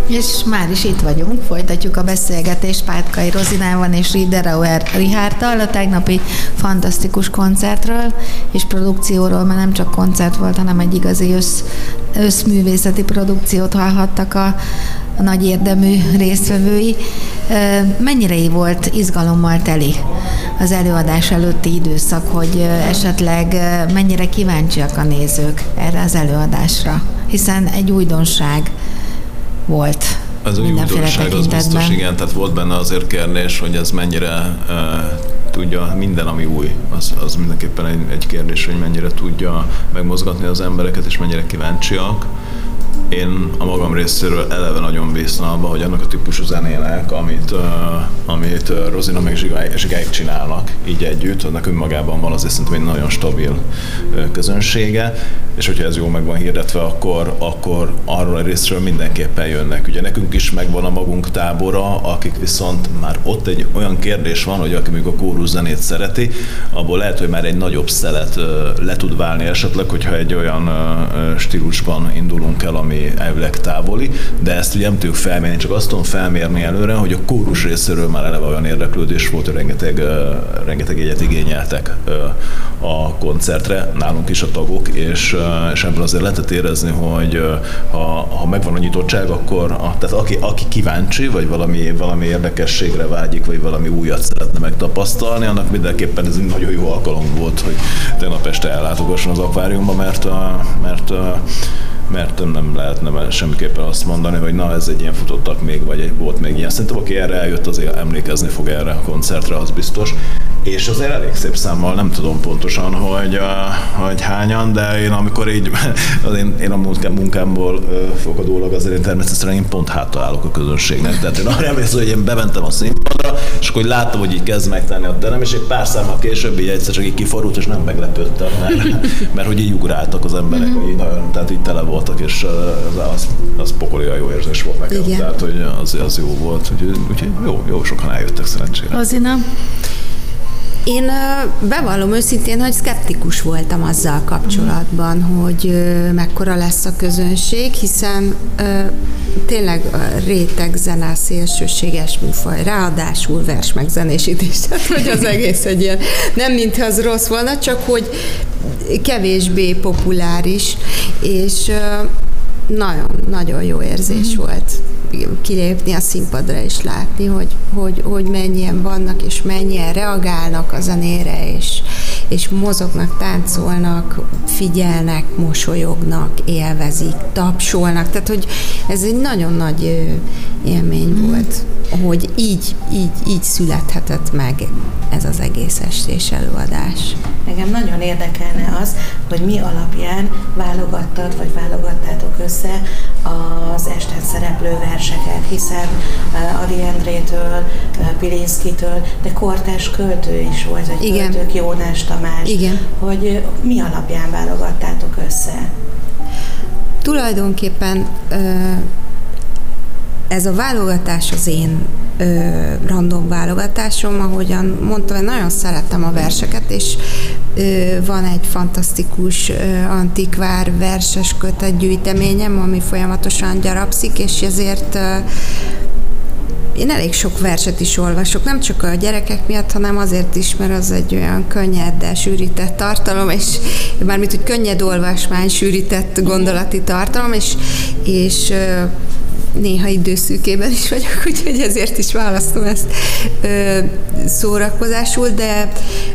És már is itt vagyunk, folytatjuk a beszélgetést Pátkai Rozinával és Riederauer Richárddal a tegnapi fantasztikus koncertről és produkcióról, mert nem csak koncert volt, hanem egy igazi összművészeti produkciót hallhattak a nagy érdemű résztvevői. Mennyire volt izgalommal teli az előadás előtti időszak, hogy esetleg mennyire kíváncsiak a nézők erre az előadásra, hiszen egy újdonság volt. Ez egy újdonság, az biztos, igen, tehát volt benne azért kérdés, hogy ez mennyire tudja, minden, ami új, az mindenképpen egy kérdés, hogy mennyire tudja megmozgatni az embereket, és mennyire kíváncsiak. Én a magam részéről eleve nagyon bíztam abba, hogy annak a típusú zenének, amit Rozina meg Zsigáik csinálnak így együtt, annak önmagában van azért szerintem egy nagyon stabil közönsége, és hogyha ez jól meg van hirdetve, akkor arról a részről mindenképpen jönnek. Ugye nekünk is megvan a magunk tábora, akik viszont már ott egy olyan kérdés van, hogy aki még a kórus zenét szereti, abból lehet, hogy már egy nagyobb szelet le tud válni esetleg, hogyha egy olyan stílusban indulunk el, ami elvileg távoli, de ezt ugye nem tudjuk felmérni, csak azt tudom felmérni előre, hogy a kórus részéről már eleve olyan érdeklődés volt, hogy rengeteg jegyet igényeltek a koncertre, nálunk is a tagok, és ebből azért lehetett érezni, hogy ha megvan a nyitottság, akkor tehát aki kíváncsi, vagy valami érdekességre vágyik, vagy valami újat szeretne megtapasztalni, annak mindenképpen ez egy nagyon jó alkalom volt, hogy tegnap este ellátogasson az akváriumba, mert nem lehetne semmiképpen azt mondani, hogy na, ez egy ilyen futottak még, vagy volt még ilyen. Szerintem aki erre eljött, azért emlékezni fog erre a koncertre, az biztos. És azért elég szép számmal, nem tudom pontosan, hogy hányan, de én amikor így, én a munkámból fakadólag azért én természetesen pont háttalálok a közönségnek. Tehát én arra emlékszem, hogy én bementem a színpadra, és akkor láttam, hogy így kezd megtenni a terem, és egy pár számmal később így egyszer csak így kiforult, és nem meglepődtem, mert hogy így ugráltak az emberek, így nagyon, tehát így tele voltak, és az pokolian jó érzés volt nekem. Igen. Tehát, hogy az jó volt, úgyhogy jó sokan eljöttek szerencsére. Rozina? Én bevallom őszintén, hogy szkeptikus voltam azzal kapcsolatban, hogy mekkora lesz a közönség, hiszen tényleg réteg zene, szélsőséges műfaj, ráadásul vers megzenésítés, tehát hogy az egész egy ilyen, nem mintha az rossz volna, csak hogy kevésbé populáris, és nagyon jó érzés volt kilépni a színpadra és látni, hogy mennyien vannak, és mennyien reagálnak a zenére, és mozognak, táncolnak, figyelnek, mosolyognak, élvezik, tapsolnak. Tehát, hogy ez egy nagyon nagy élmény volt, hogy így születhetett meg ez az egész estés előadás. Engem nagyon érdekelne az, hogy mi alapján válogattad, vagy válogattátok össze az esten szereplő verseket, hiszen Ady Endrétől, Pilinszkitől, de kortárs költő is volt, vagy költők, Jónás Tamás. Igen. Hogy mi alapján válogattátok össze? Tulajdonképpen ez a válogatás az én random válogatásom, ahogyan mondtam, én nagyon szerettem a verseket, és van egy fantasztikus antikvár verses kötetgyűjteményem, ami folyamatosan gyarapszik, és ezért én elég sok verset is olvasok, nem csak a gyerekek miatt, hanem azért is, mert az egy olyan könnyed, de sűrített tartalom, és mármint, hogy könnyed olvasmány, sűrített gondolati tartalom, és néha időszűkében is vagyok, úgyhogy ezért is választom ezt szórakozásul, de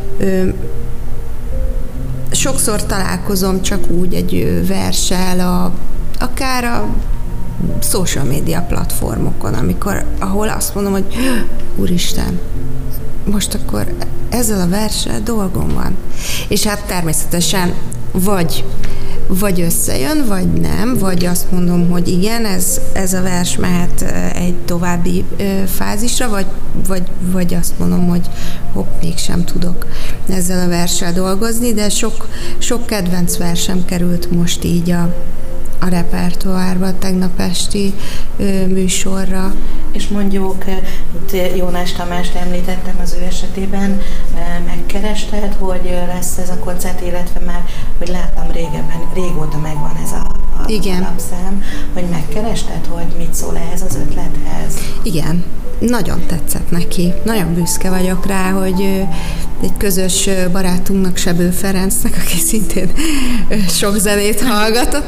sokszor találkozom csak úgy egy verssel, akár a social media platformokon, ahol azt mondom, hogy úristen, most akkor ezzel a verssel dolgom van. És hát természetesen vagy összejön, vagy nem, vagy azt mondom, hogy igen, ez a vers mehet egy további fázisra, vagy azt mondom, hogy mégsem tudok ezzel a verssel dolgozni, de sok kedvenc versem került most így a repertoárba, a tegnap esti műsorra. És mondjuk, itt Jónás Tamást említettem az ő esetében, megkerested, hogy lesz ez a koncert, illetve már, hogy láttam régóta megvan ez a alapszám, hogy megkerested, hogy mit szól ehhez az ötlethez? Igen, nagyon tetszett neki. Nagyon büszke vagyok rá, hogy egy közös barátunknak, Sebő Ferencnek, aki szintén sok zenét hallgatott,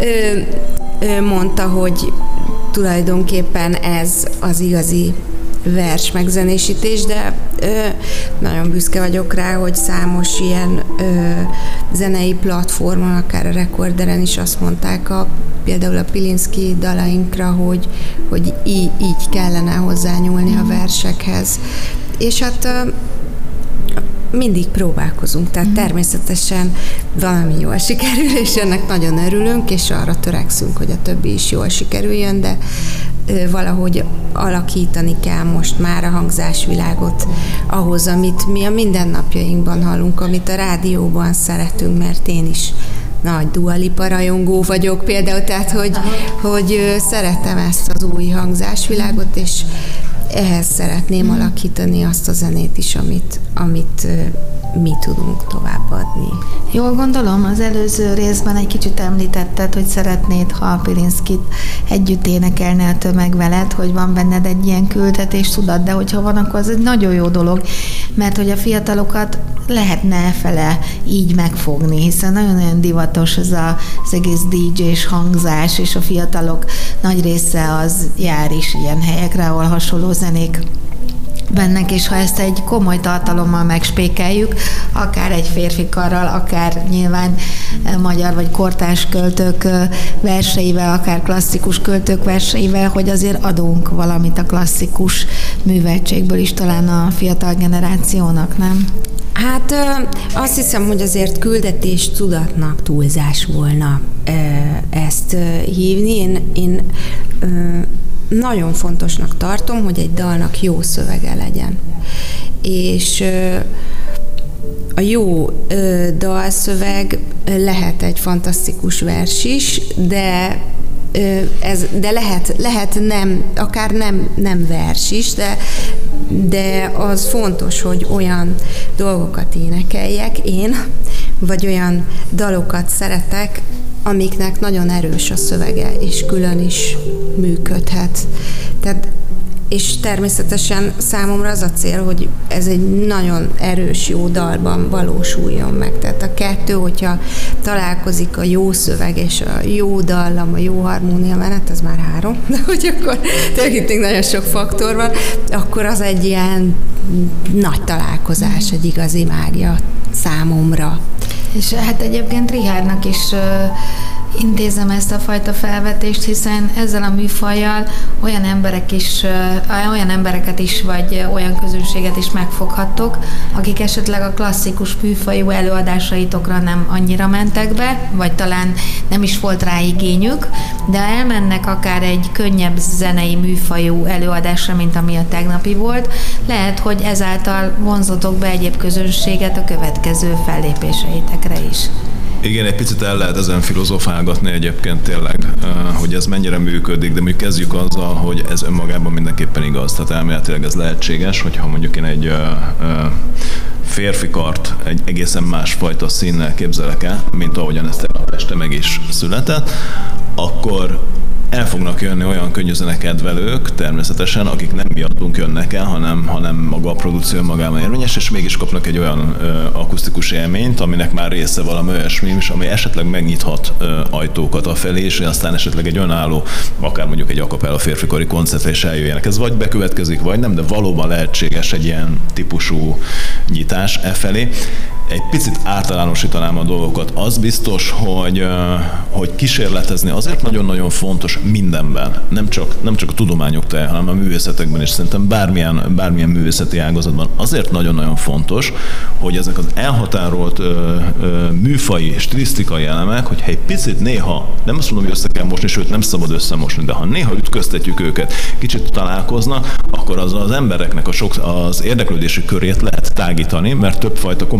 mondta, hogy tulajdonképpen ez az igazi vers megzenésítés, de nagyon büszke vagyok rá, hogy számos ilyen zenei platformon, akár a Rekorderen is azt mondták, például a Pilinszky dalainkra, hogy így kellene hozzányúlni a versekhez. És hát mindig próbálkozunk, tehát természetesen valami jól sikerül, és ennek nagyon örülünk, és arra törekszünk, hogy a többi is jól sikerüljön, de valahogy alakítani kell most már a hangzásvilágot ahhoz, amit mi a mindennapjainkban hallunk, amit a rádióban szeretünk, mert én is nagy Dua Lipa rajongó vagyok például, tehát hogy szeretem ezt az új hangzásvilágot, és ehhez szeretném alakítani azt a zenét is, amit mi tudunk továbbadni. Jól gondolom, az előző részben egy kicsit említetted, hogy szeretnéd, ha a Pilinszkyt együtt énekelne a tömeg veled, hogy van benned egy ilyen küldetés, tudod, de hogyha van, akkor az egy nagyon jó dolog, mert hogy a fiatalokat lehetne fele így megfogni, hiszen nagyon-nagyon divatos ez az egész DJ-s hangzás, és a fiatalok nagy része az jár is ilyen helyekre, ahol hasonló zenék bennek, és ha ezt egy komoly tartalommal megspékeljük, akár egy férfi karral, akár nyilván magyar vagy kortárs költők verseivel, akár klasszikus költők verseivel, hogy azért adunk valamit a klasszikus műveltségből is talán a fiatal generációnak, nem? Hát azt hiszem, hogy azért küldetés tudatnak túlzás volna ezt hívni. Én nagyon fontosnak tartom, hogy egy dalnak jó szövege legyen. És a jó dalszöveg lehet egy fantasztikus vers is, de lehet nem, akár nem vers is, de az fontos, hogy olyan dolgokat énekeljek én, vagy olyan dalokat szeretek, amiknek nagyon erős a szövege, és külön is működhet. Tehát, és természetesen számomra az a cél, hogy ez egy nagyon erős, jó dalban valósuljon meg. Tehát a kettő, hogyha találkozik a jó szöveg és a jó dallam, a jó harmónia menet, ez már 3, de hogy akkor tényleg itt nagyon sok faktor van, akkor az egy ilyen nagy találkozás, egy igazi mágia számomra. És hát egyébként Richardnak is intézem ezt a fajta felvetést, hiszen ezzel a műfajjal olyan embereket is, vagy olyan közönséget is megfoghattok, akik esetleg a klasszikus műfajú előadásaitokra nem annyira mentek be, vagy talán nem is volt rá igényük, de elmennek akár egy könnyebb zenei műfajú előadásra, mint ami a tegnapi volt, lehet, hogy ezáltal vonzotok be egyéb közönséget a következő fellépéseitekre is. Igen, egy picit el lehet ezen filozofálgatni egyébként tényleg, hogy ez mennyire működik, de mondjuk kezdjük azzal, hogy ez önmagában mindenképpen igaz. Tehát elméletileg ez lehetséges, hogyha mondjuk én egy férfi kart egy egészen másfajta színnel képzelek el, mint ahogyan ezt tegnap este meg is született, akkor el fognak jönni olyan könnyűzenekedvelők természetesen, akik nem miattunk jönnek el, hanem maga a produkció magában érvényes, és mégis kapnak egy olyan akusztikus élményt, aminek már része valami olyasmi is, ami esetleg megnyithat ajtókat afelé, és aztán esetleg egy önálló, akár mondjuk egy a cappella férfikori koncertre is eljöjjenek. Ez vagy bekövetkezik, vagy nem, de valóban lehetséges egy ilyen típusú nyitás efelé. Egy picit általánosítanám a dolgokat. Az biztos, hogy kísérletezni azért nagyon-nagyon fontos mindenben. Nem csak a tudományok terén, hanem a művészetekben is. Szerintem bármilyen művészeti ágazatban azért nagyon-nagyon fontos, hogy ezek az elhatárolt műfaji, stilisztikai elemek, hogyha egy picit néha, nem azt mondom, hogy össze kell mosni, sőt nem szabad összemosni, de ha néha ütköztetjük őket, kicsit találkoznak, akkor az embereknek az érdeklődési körét lehet tágítani, mert többfajta komplexebb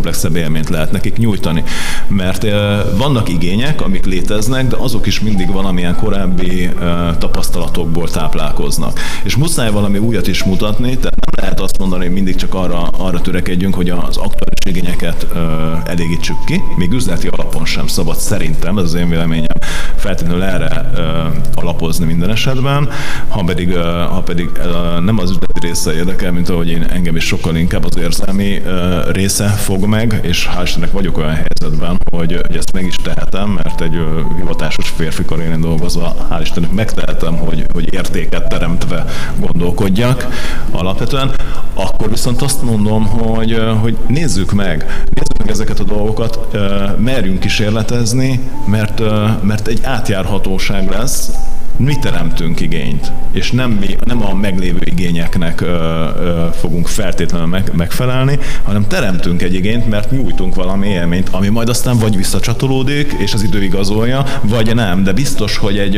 élményt lehet nekik nyújtani. Mert vannak igények, amik léteznek, de azok is mindig valamilyen korábbi tapasztalatokból táplálkoznak. És muszáj valami újat is mutatni, tehát nem lehet azt mondani, hogy mindig csak arra törekedjünk, hogy az aktuális igényeket elégítsük ki, még üzleti alapon sem szabad szerintem, ez az én véleményem, feltétlenül erre alapozni minden esetben, ha pedig nem az üzleti része érdekel, mint ahogy engem is sokkal inkább az érzelmi része fog meg, és hál' Istennek vagyok olyan helyzetben, hogy ezt meg is tehetem, mert egy hivatásos férfi karrierén dolgozva hál' Istennek megtehetem, hogy értéket teremtve gondolkodjak alapvetően, akkor viszont azt mondom, hogy nézzük meg ezeket a dolgokat, merjünk kísérletezni, mert egy átjárhatóság lesz, mi teremtünk igényt, és nem a meglévő igényeknek fogunk feltétlenül megfelelni, hanem teremtünk egy igényt, mert nyújtunk valami élményt, ami majd aztán vagy visszacsatolódik, és az idő igazolja, vagy nem, de biztos,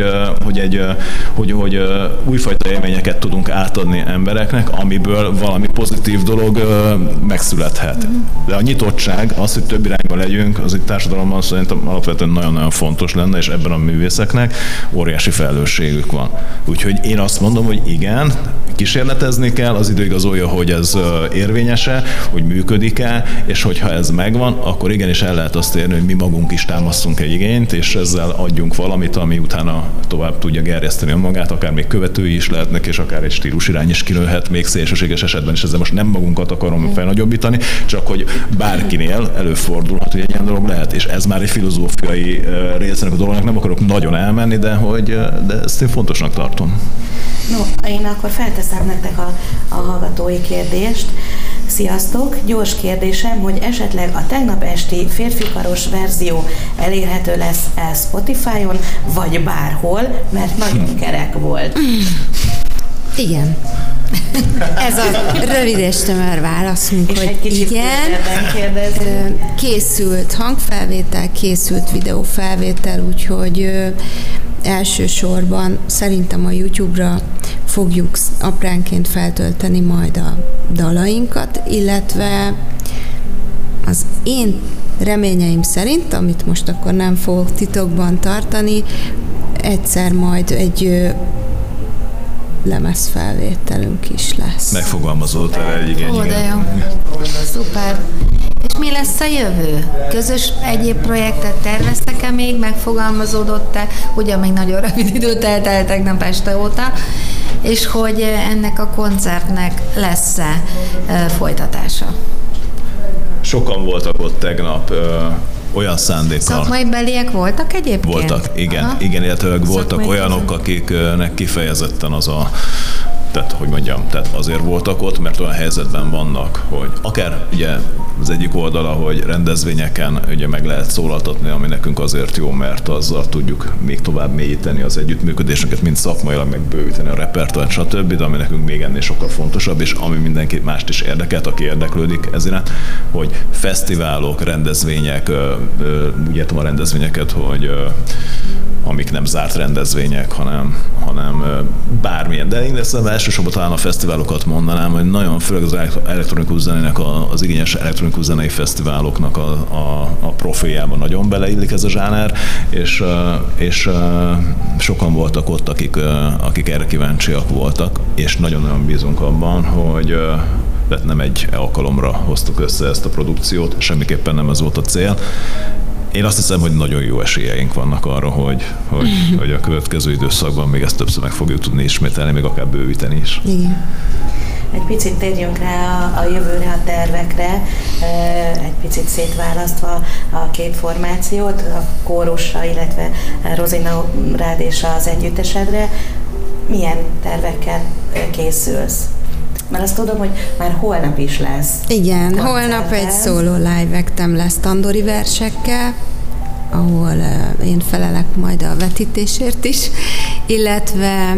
hogy újfajta élményeket tudunk átadni embereknek, amiből valami pozitív dolog megszülethet. De a nyitottság, az, hogy több irányba legyünk, az egy társadalomban szerintem alapvetően nagyon-nagyon fontos lenne, és ebben a művészeknek óriási felelősségük van. Úgyhogy én azt mondom, hogy igen, kísérletezni kell, az idő igazolja, hogy ez érvényes-e, hogy működik-e, és hogyha ez megvan, akkor igenis el lehet azt érni, hogy mi magunk is támasztunk egy igényt, és ezzel adjunk valamit, ami utána tovább tudja gerjeszteni magát, akár még követői is lehetnek, és akár egy stílusirány is kilőhet még szélsőséges esetben, és ezzel most nem magunkat akarom felnagyobbítani, csak hogy bárkinél előfordulhat, hogy egy ilyen dolog lehet, és ez már egy filozófiai részének a dolognak, nem akarok nagyon elmenni, de ezt én fontosnak tartom. No, én akkor felteszem nektek a hallgatói kérdést. Sziasztok! Gyors kérdésem, hogy esetleg a tegnap esti férfikaros verzió elérhető lesz Spotify-on, vagy bárhol, mert nagyon kerek volt. Igen. Ez a rövid és tömör válaszunk, és hogy igen. Készült hangfelvétel, készült videófelvétel, úgyhogy elsősorban szerintem a YouTube-ra fogjuk apránként feltölteni majd a dalainkat, illetve az én reményeim szerint, amit most akkor nem fogok titokban tartani, egyszer majd egy lemezfelvételünk is lesz. Megfogalmazódott el egy igény. Ó, de jó. Szuper. És mi lesz a jövő? Közös egyéb projektet terveztek-e még? Megfogalmazódott-e? Ugye még nagyon rövid időt telt el tegnap este óta. És hogy ennek a koncertnek lesz-e folytatása? Sokan voltak ott tegnap, olyan szándékkal. Szakmai beliek voltak egyébként? Voltak, igen, illetve voltak olyanok, akiknek kifejezetten tehát azért voltak ott, mert olyan helyzetben vannak, hogy akár ugye az egyik oldala, hogy rendezvényeken ugye meg lehet szólaltatni, ami nekünk azért jó, mert azzal tudjuk még tovább mélyíteni az együttműködésünket, mint szakmailag, meg bővíteni a repertoárt, stb., de ami nekünk még ennél sokkal fontosabb, és ami mindenki mást is érdekelt, aki érdeklődik ez iránt, hogy fesztiválok, rendezvények, úgy értem a rendezvényeket, hogy amik nem zárt rendezvények, hanem bármilyen. De én elsősorban talán a fesztiválokat mondanám, hogy nagyon főleg az elektronikus zenének, az igényes elektronikus zenei fesztiváloknak a profiljában nagyon beleillik ez a zsáner, és sokan voltak ott, akik erre kíváncsiak voltak, és nagyon-nagyon bízunk abban, hogy tehát nem egy alkalomra hoztuk össze ezt a produkciót, semmiképpen nem ez volt a cél. Én azt hiszem, hogy nagyon jó esélyeink vannak arra, hogy a következő időszakban még ezt többször meg fogjuk tudni ismételni, még akár bővíteni is. Igen. Egy picit térjünk rá a jövőre, a tervekre, egy picit szétválasztva a két formációt, a kórusra, illetve Rozina rád és az együttesedre. Milyen tervekkel készülsz? Mert azt tudom, hogy már holnap is lesz. Igen, koncerten. Holnap egy szóló live actem lesz tandori versekkel, ahol én felelek majd a vetítésért is, illetve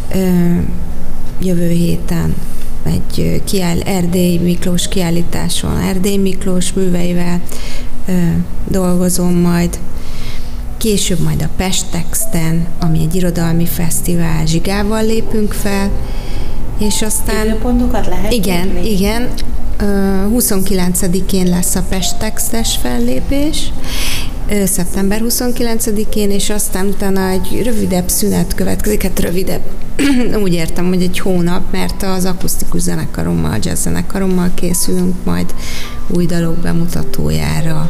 jövő héten egy Erdély Miklós kiállításon, Erdély Miklós műveivel dolgozom majd. Később majd a Pestexten, ami egy irodalmi fesztivál, Zsigával lépünk fel, és aztán... Időpontokat lehet Igen. 29-én lesz a Pest-Textes fellépés, szeptember 29-én, és aztán utána egy rövidebb szünet következik, hát rövidebb, úgy értem, hogy egy hónap, mert az akusztikus zenekarommal, a jazz zenekarommal készülünk majd új dalok bemutatójára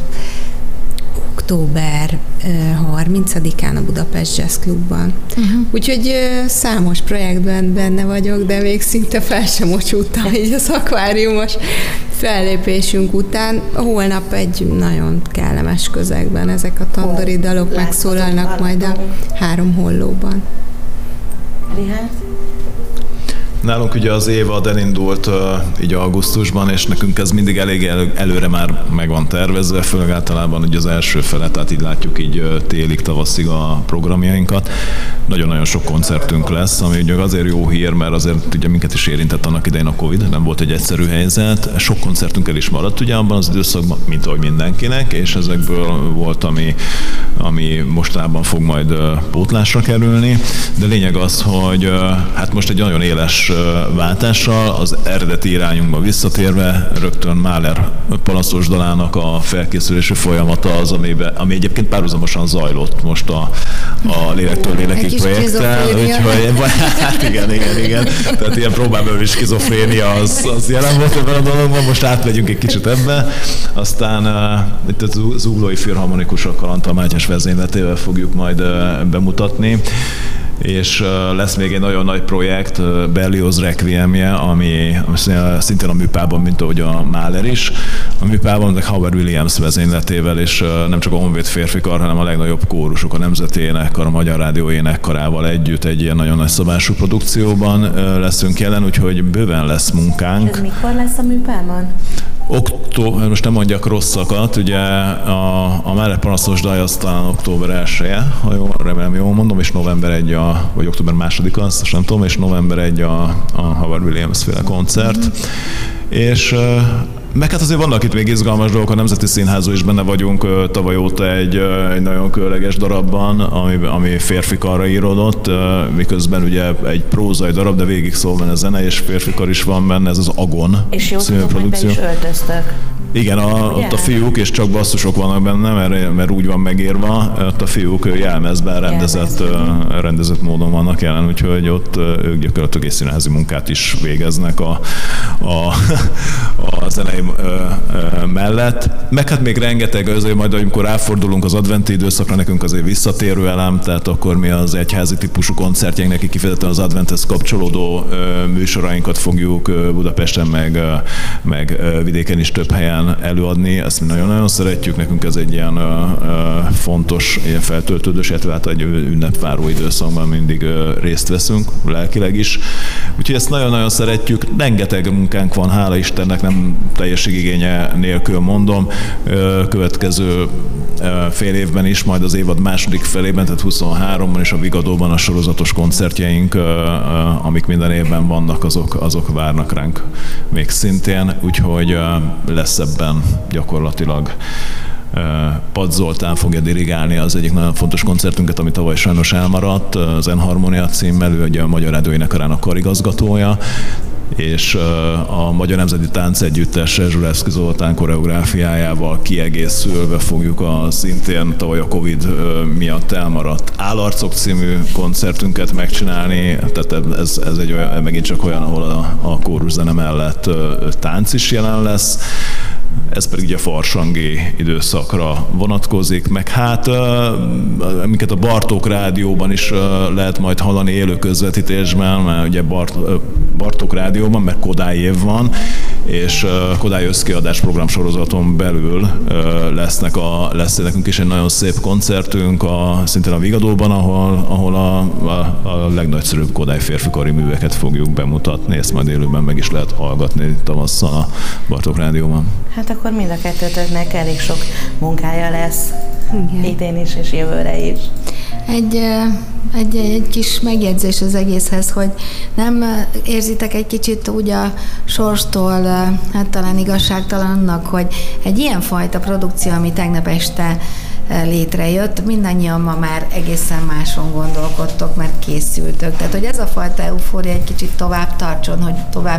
október 30-án a Budapest Jazz Clubban. Úgyhogy számos projektben benne vagyok, de még szinte fel sem mocsúttam így az akváriumos fellépésünk után. Holnap egy nagyon kellemes közegben ezek a tandori dalok megszólalnak majd a 3 Hollóban. Richárd? Nálunk ugye az évad elindult így augusztusban, és nekünk ez mindig elég előre már meg van tervezve, főleg általában ugye az első fele, tehát így látjuk így télig, tavaszig a programjainkat. Nagyon-nagyon sok koncertünk lesz, ami ugye azért jó hír, mert azért ugye minket is érintett annak idején a Covid, nem volt egy egyszerű helyzet. Sok koncertünk el is maradt ugye abban az időszakban, mint ahogy mindenkinek, és ezekből volt, ami mostában fog majd pótlásra kerülni. De lényeg az, hogy hát most egy nagyon éles váltással, az eredeti irányunkba visszatérve, rögtön Mahler panaszos dalának a felkészülési folyamata az, ami egyébként párhuzamosan zajlott most a Lélektől Lélekig projekttel, úgyhogy hát igen. Tehát ilyen próbálbeli skizofrénia az jelen volt ebben a dologban, most átmegyünk egy kicsit ebbe, aztán itt az Zuglói Filharmonikusokkal Antal Mátyás vezényletével fogjuk majd bemutatni, és lesz még egy nagyon nagy projekt, Berlioz Requiemje, ami szintén a műpában, mint ahogy a Mahler is. A műpában Howard Williams vezényletével, és nem csak a Honvéd férfikar, hanem a legnagyobb kórusok, a Nemzeti Énekkar, a Magyar Rádió énekkarával együtt egy ilyen nagyon nagy szabású produkcióban leszünk jelen, úgyhogy bőven lesz munkánk. Ez mikor lesz a műpában? Most nem mondjak rosszakat, ugye a Mahler panaszos dal az talán október 1-e, ha remélem jól mondom, és november 1 vagy október 2-a, azt nem tudom, és november 1 a Howard Williams féle koncert. És meg hát azért vannak itt még izgalmas dolgok, a Nemzeti Színházban is benne vagyunk tavaly óta egy nagyon különleges darabban, ami férfikarra íródott, miközben ugye egy prózai darab, de végig szól benne zene, és férfikar is van benne, ez az Agon című produkció. És be is öltöztök. Igen, ott a fiúk, és csak basszusok vannak benne, mert úgy van megírva, ott a fiúk jelmezben rendezett módon vannak jelen, úgyhogy ott ők gyakorlatilag egy színházi munkát is végeznek a zenei mellett. Meg hát még rengeteg, azért majd amikor ráfordulunk az adventi időszakra, nekünk azért visszatérő elem, tehát akkor mi az egyházi típusú koncertjeink, neki kifejezetten az adventhez kapcsolódó műsorainkat fogjuk Budapesten, meg vidéken is több helyen előadni, ezt mi nagyon-nagyon szeretjük, nekünk ez egy ilyen fontos, ilyen feltöltődős, illetve egy ünnepváró időszakban mindig részt veszünk, lelkileg is. Úgyhogy ezt nagyon-nagyon szeretjük, rengeteg munkánk van, hála Istennek, nem teljességigénye nélkül mondom. Következő fél évben is, majd az évad második felében, tehát 23-ban és a Vigadóban a sorozatos koncertjeink, amik minden évben vannak, azok várnak ránk még szintén, úgyhogy lesz ebben gyakorlatilag Pad Zoltán fogja dirigálni az egyik nagyon fontos koncertünket, ami tavaly sajnos elmaradt, az Enharmonia címmel, ő ugye a Magyar Rádió énekkarának karigazgatója, és a Magyar Nemzeti Táncegyüttessel Zsulevszky Zoltán koreográfiájával kiegészülve fogjuk a szintén tavaly a Covid miatt elmaradt Állarcok című koncertünket megcsinálni, tehát ez egy olyan, megint csak olyan, ahol a kóruszene mellett tánc is jelen lesz. Ez pedig ugye farsangi időszakra vonatkozik, meg hát amiket a Bartók Rádióban is lehet majd hallani élő közvetítésben, mert ugye Bartók Rádióban, mert Kodály év van, és Kodály összkiadás programsorozaton belül lesz nekünk is egy nagyon szép koncertünk, szintén a Vigadóban, ahol a legnagyszerűbb Kodály férfikari műveket fogjuk bemutatni, ezt majd élőben meg is lehet hallgatni tavasszal a Bartók Rádióban. Hát akkor mind a kettőtöknek elég sok munkája lesz. Igen. Idén is és jövőre is. Egy kis megjegyzés az egészhez, hogy nem érzitek egy kicsit úgy a sorstól, hát talán igazságtalannak, hogy egy ilyen fajta produkció, ami tegnap este létrejött, mindannyian ma már egészen máson gondolkodtok, mert készültök. Tehát, hogy ez a fajta eufória egy kicsit tovább tartson, hogy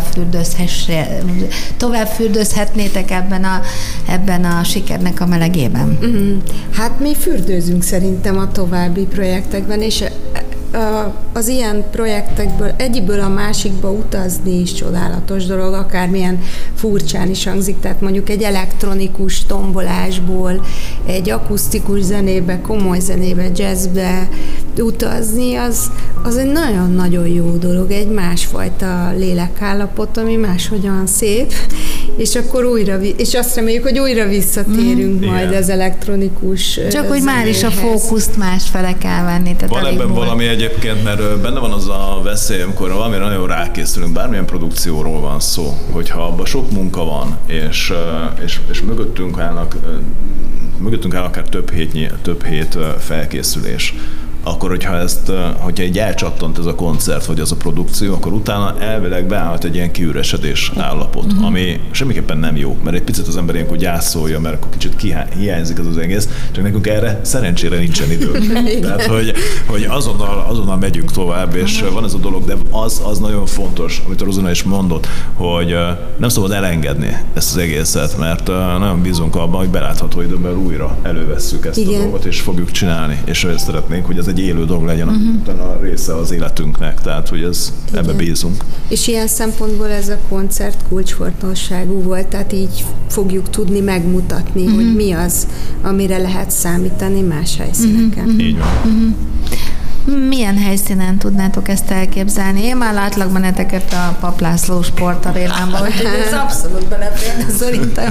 tovább fürdőzhetnétek ebben a sikernek a melegében. Hát mi fürdőzünk szerintem a további projektekben, és az ilyen projektekből egyiből a másikba utazni is csodálatos dolog, akármilyen furcsán is hangzik, tehát mondjuk egy elektronikus tombolásból egy akusztikus zenébe, komoly zenébe, jazzbe utazni, az egy nagyon-nagyon jó dolog, egy másfajta lélekállapot, ami máshogyan szép, és akkor és azt reméljük, hogy újra visszatérünk majd az elektronikus csak hogy már is a fókuszt másfele kell venni. Tehát van ebben valami egyébként, mert benne van az a veszély, amikor valamire nagyon rákészülünk, bármilyen produkcióról van szó, hogyha abban sok munka van, és mögöttünk áll akár több hét felkészülés, akkor hogyha így elcsattant ez a koncert, vagy az a produkció, akkor utána elvileg beállhat egy ilyen kiüresedés állapot, ami semmiképpen nem jó, mert egy picit az ember ilyenkor gyászolja, mert akkor kicsit hiányzik az egész, csak nekünk erre szerencsére nincsen idő. Tehát, hogy azonnal megyünk tovább, és van ez a dolog, de az nagyon fontos, amit a Rozina is mondott, hogy nem szabad elengedni ezt az egészet, mert nagyon bízunk abban, hogy belátható időben újra elővesszük ezt a dolgot, és fogjuk csinálni, és szeretnénk, hogy ez egy élő dolog legyen, utána része az életünknek, tehát hogy ebbe bízunk. És ilyen szempontból ez a koncert kulcsfontosságú volt, tehát így fogjuk tudni megmutatni, hogy mi az, amire lehet számítani más helyszíneken. Így van. Milyen helyszínen tudnátok ezt elképzelni? Én már látlak benneteket a Papp László sportarénában, úgyhogy ez abszolút beleférne szerintem.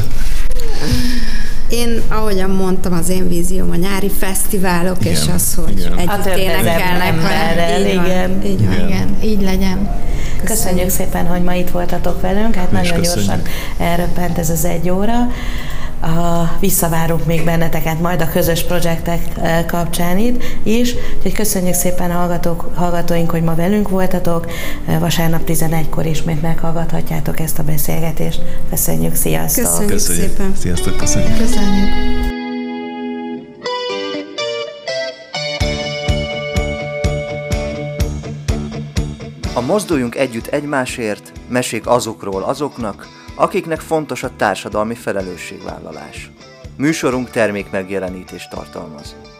Én, ahogyan mondtam, az én vízióm a nyári fesztiválok, igen, és az, hogy együtt énekelnek vele. Igen, így legyen. Köszönjük szépen, hogy ma itt voltatok velünk, hát nagyon gyorsan elröppent ez az 1 óra. Visszavárunk még benneteket majd a közös projektek kapcsán is. Úgyhogy köszönjük szépen hallgatóink, hogy ma velünk voltatok. Vasárnap 11-kor ismét meghallgathatjátok ezt a beszélgetést. Köszönjük, sziasztok! Köszönjük szépen! Sziasztok, köszönjük! Köszönjük! A Mozduljunk együtt egymásért, mesék azokról azoknak, akiknek fontos a társadalmi felelősségvállalás. Műsorunk termékmegjelenítést tartalmaz.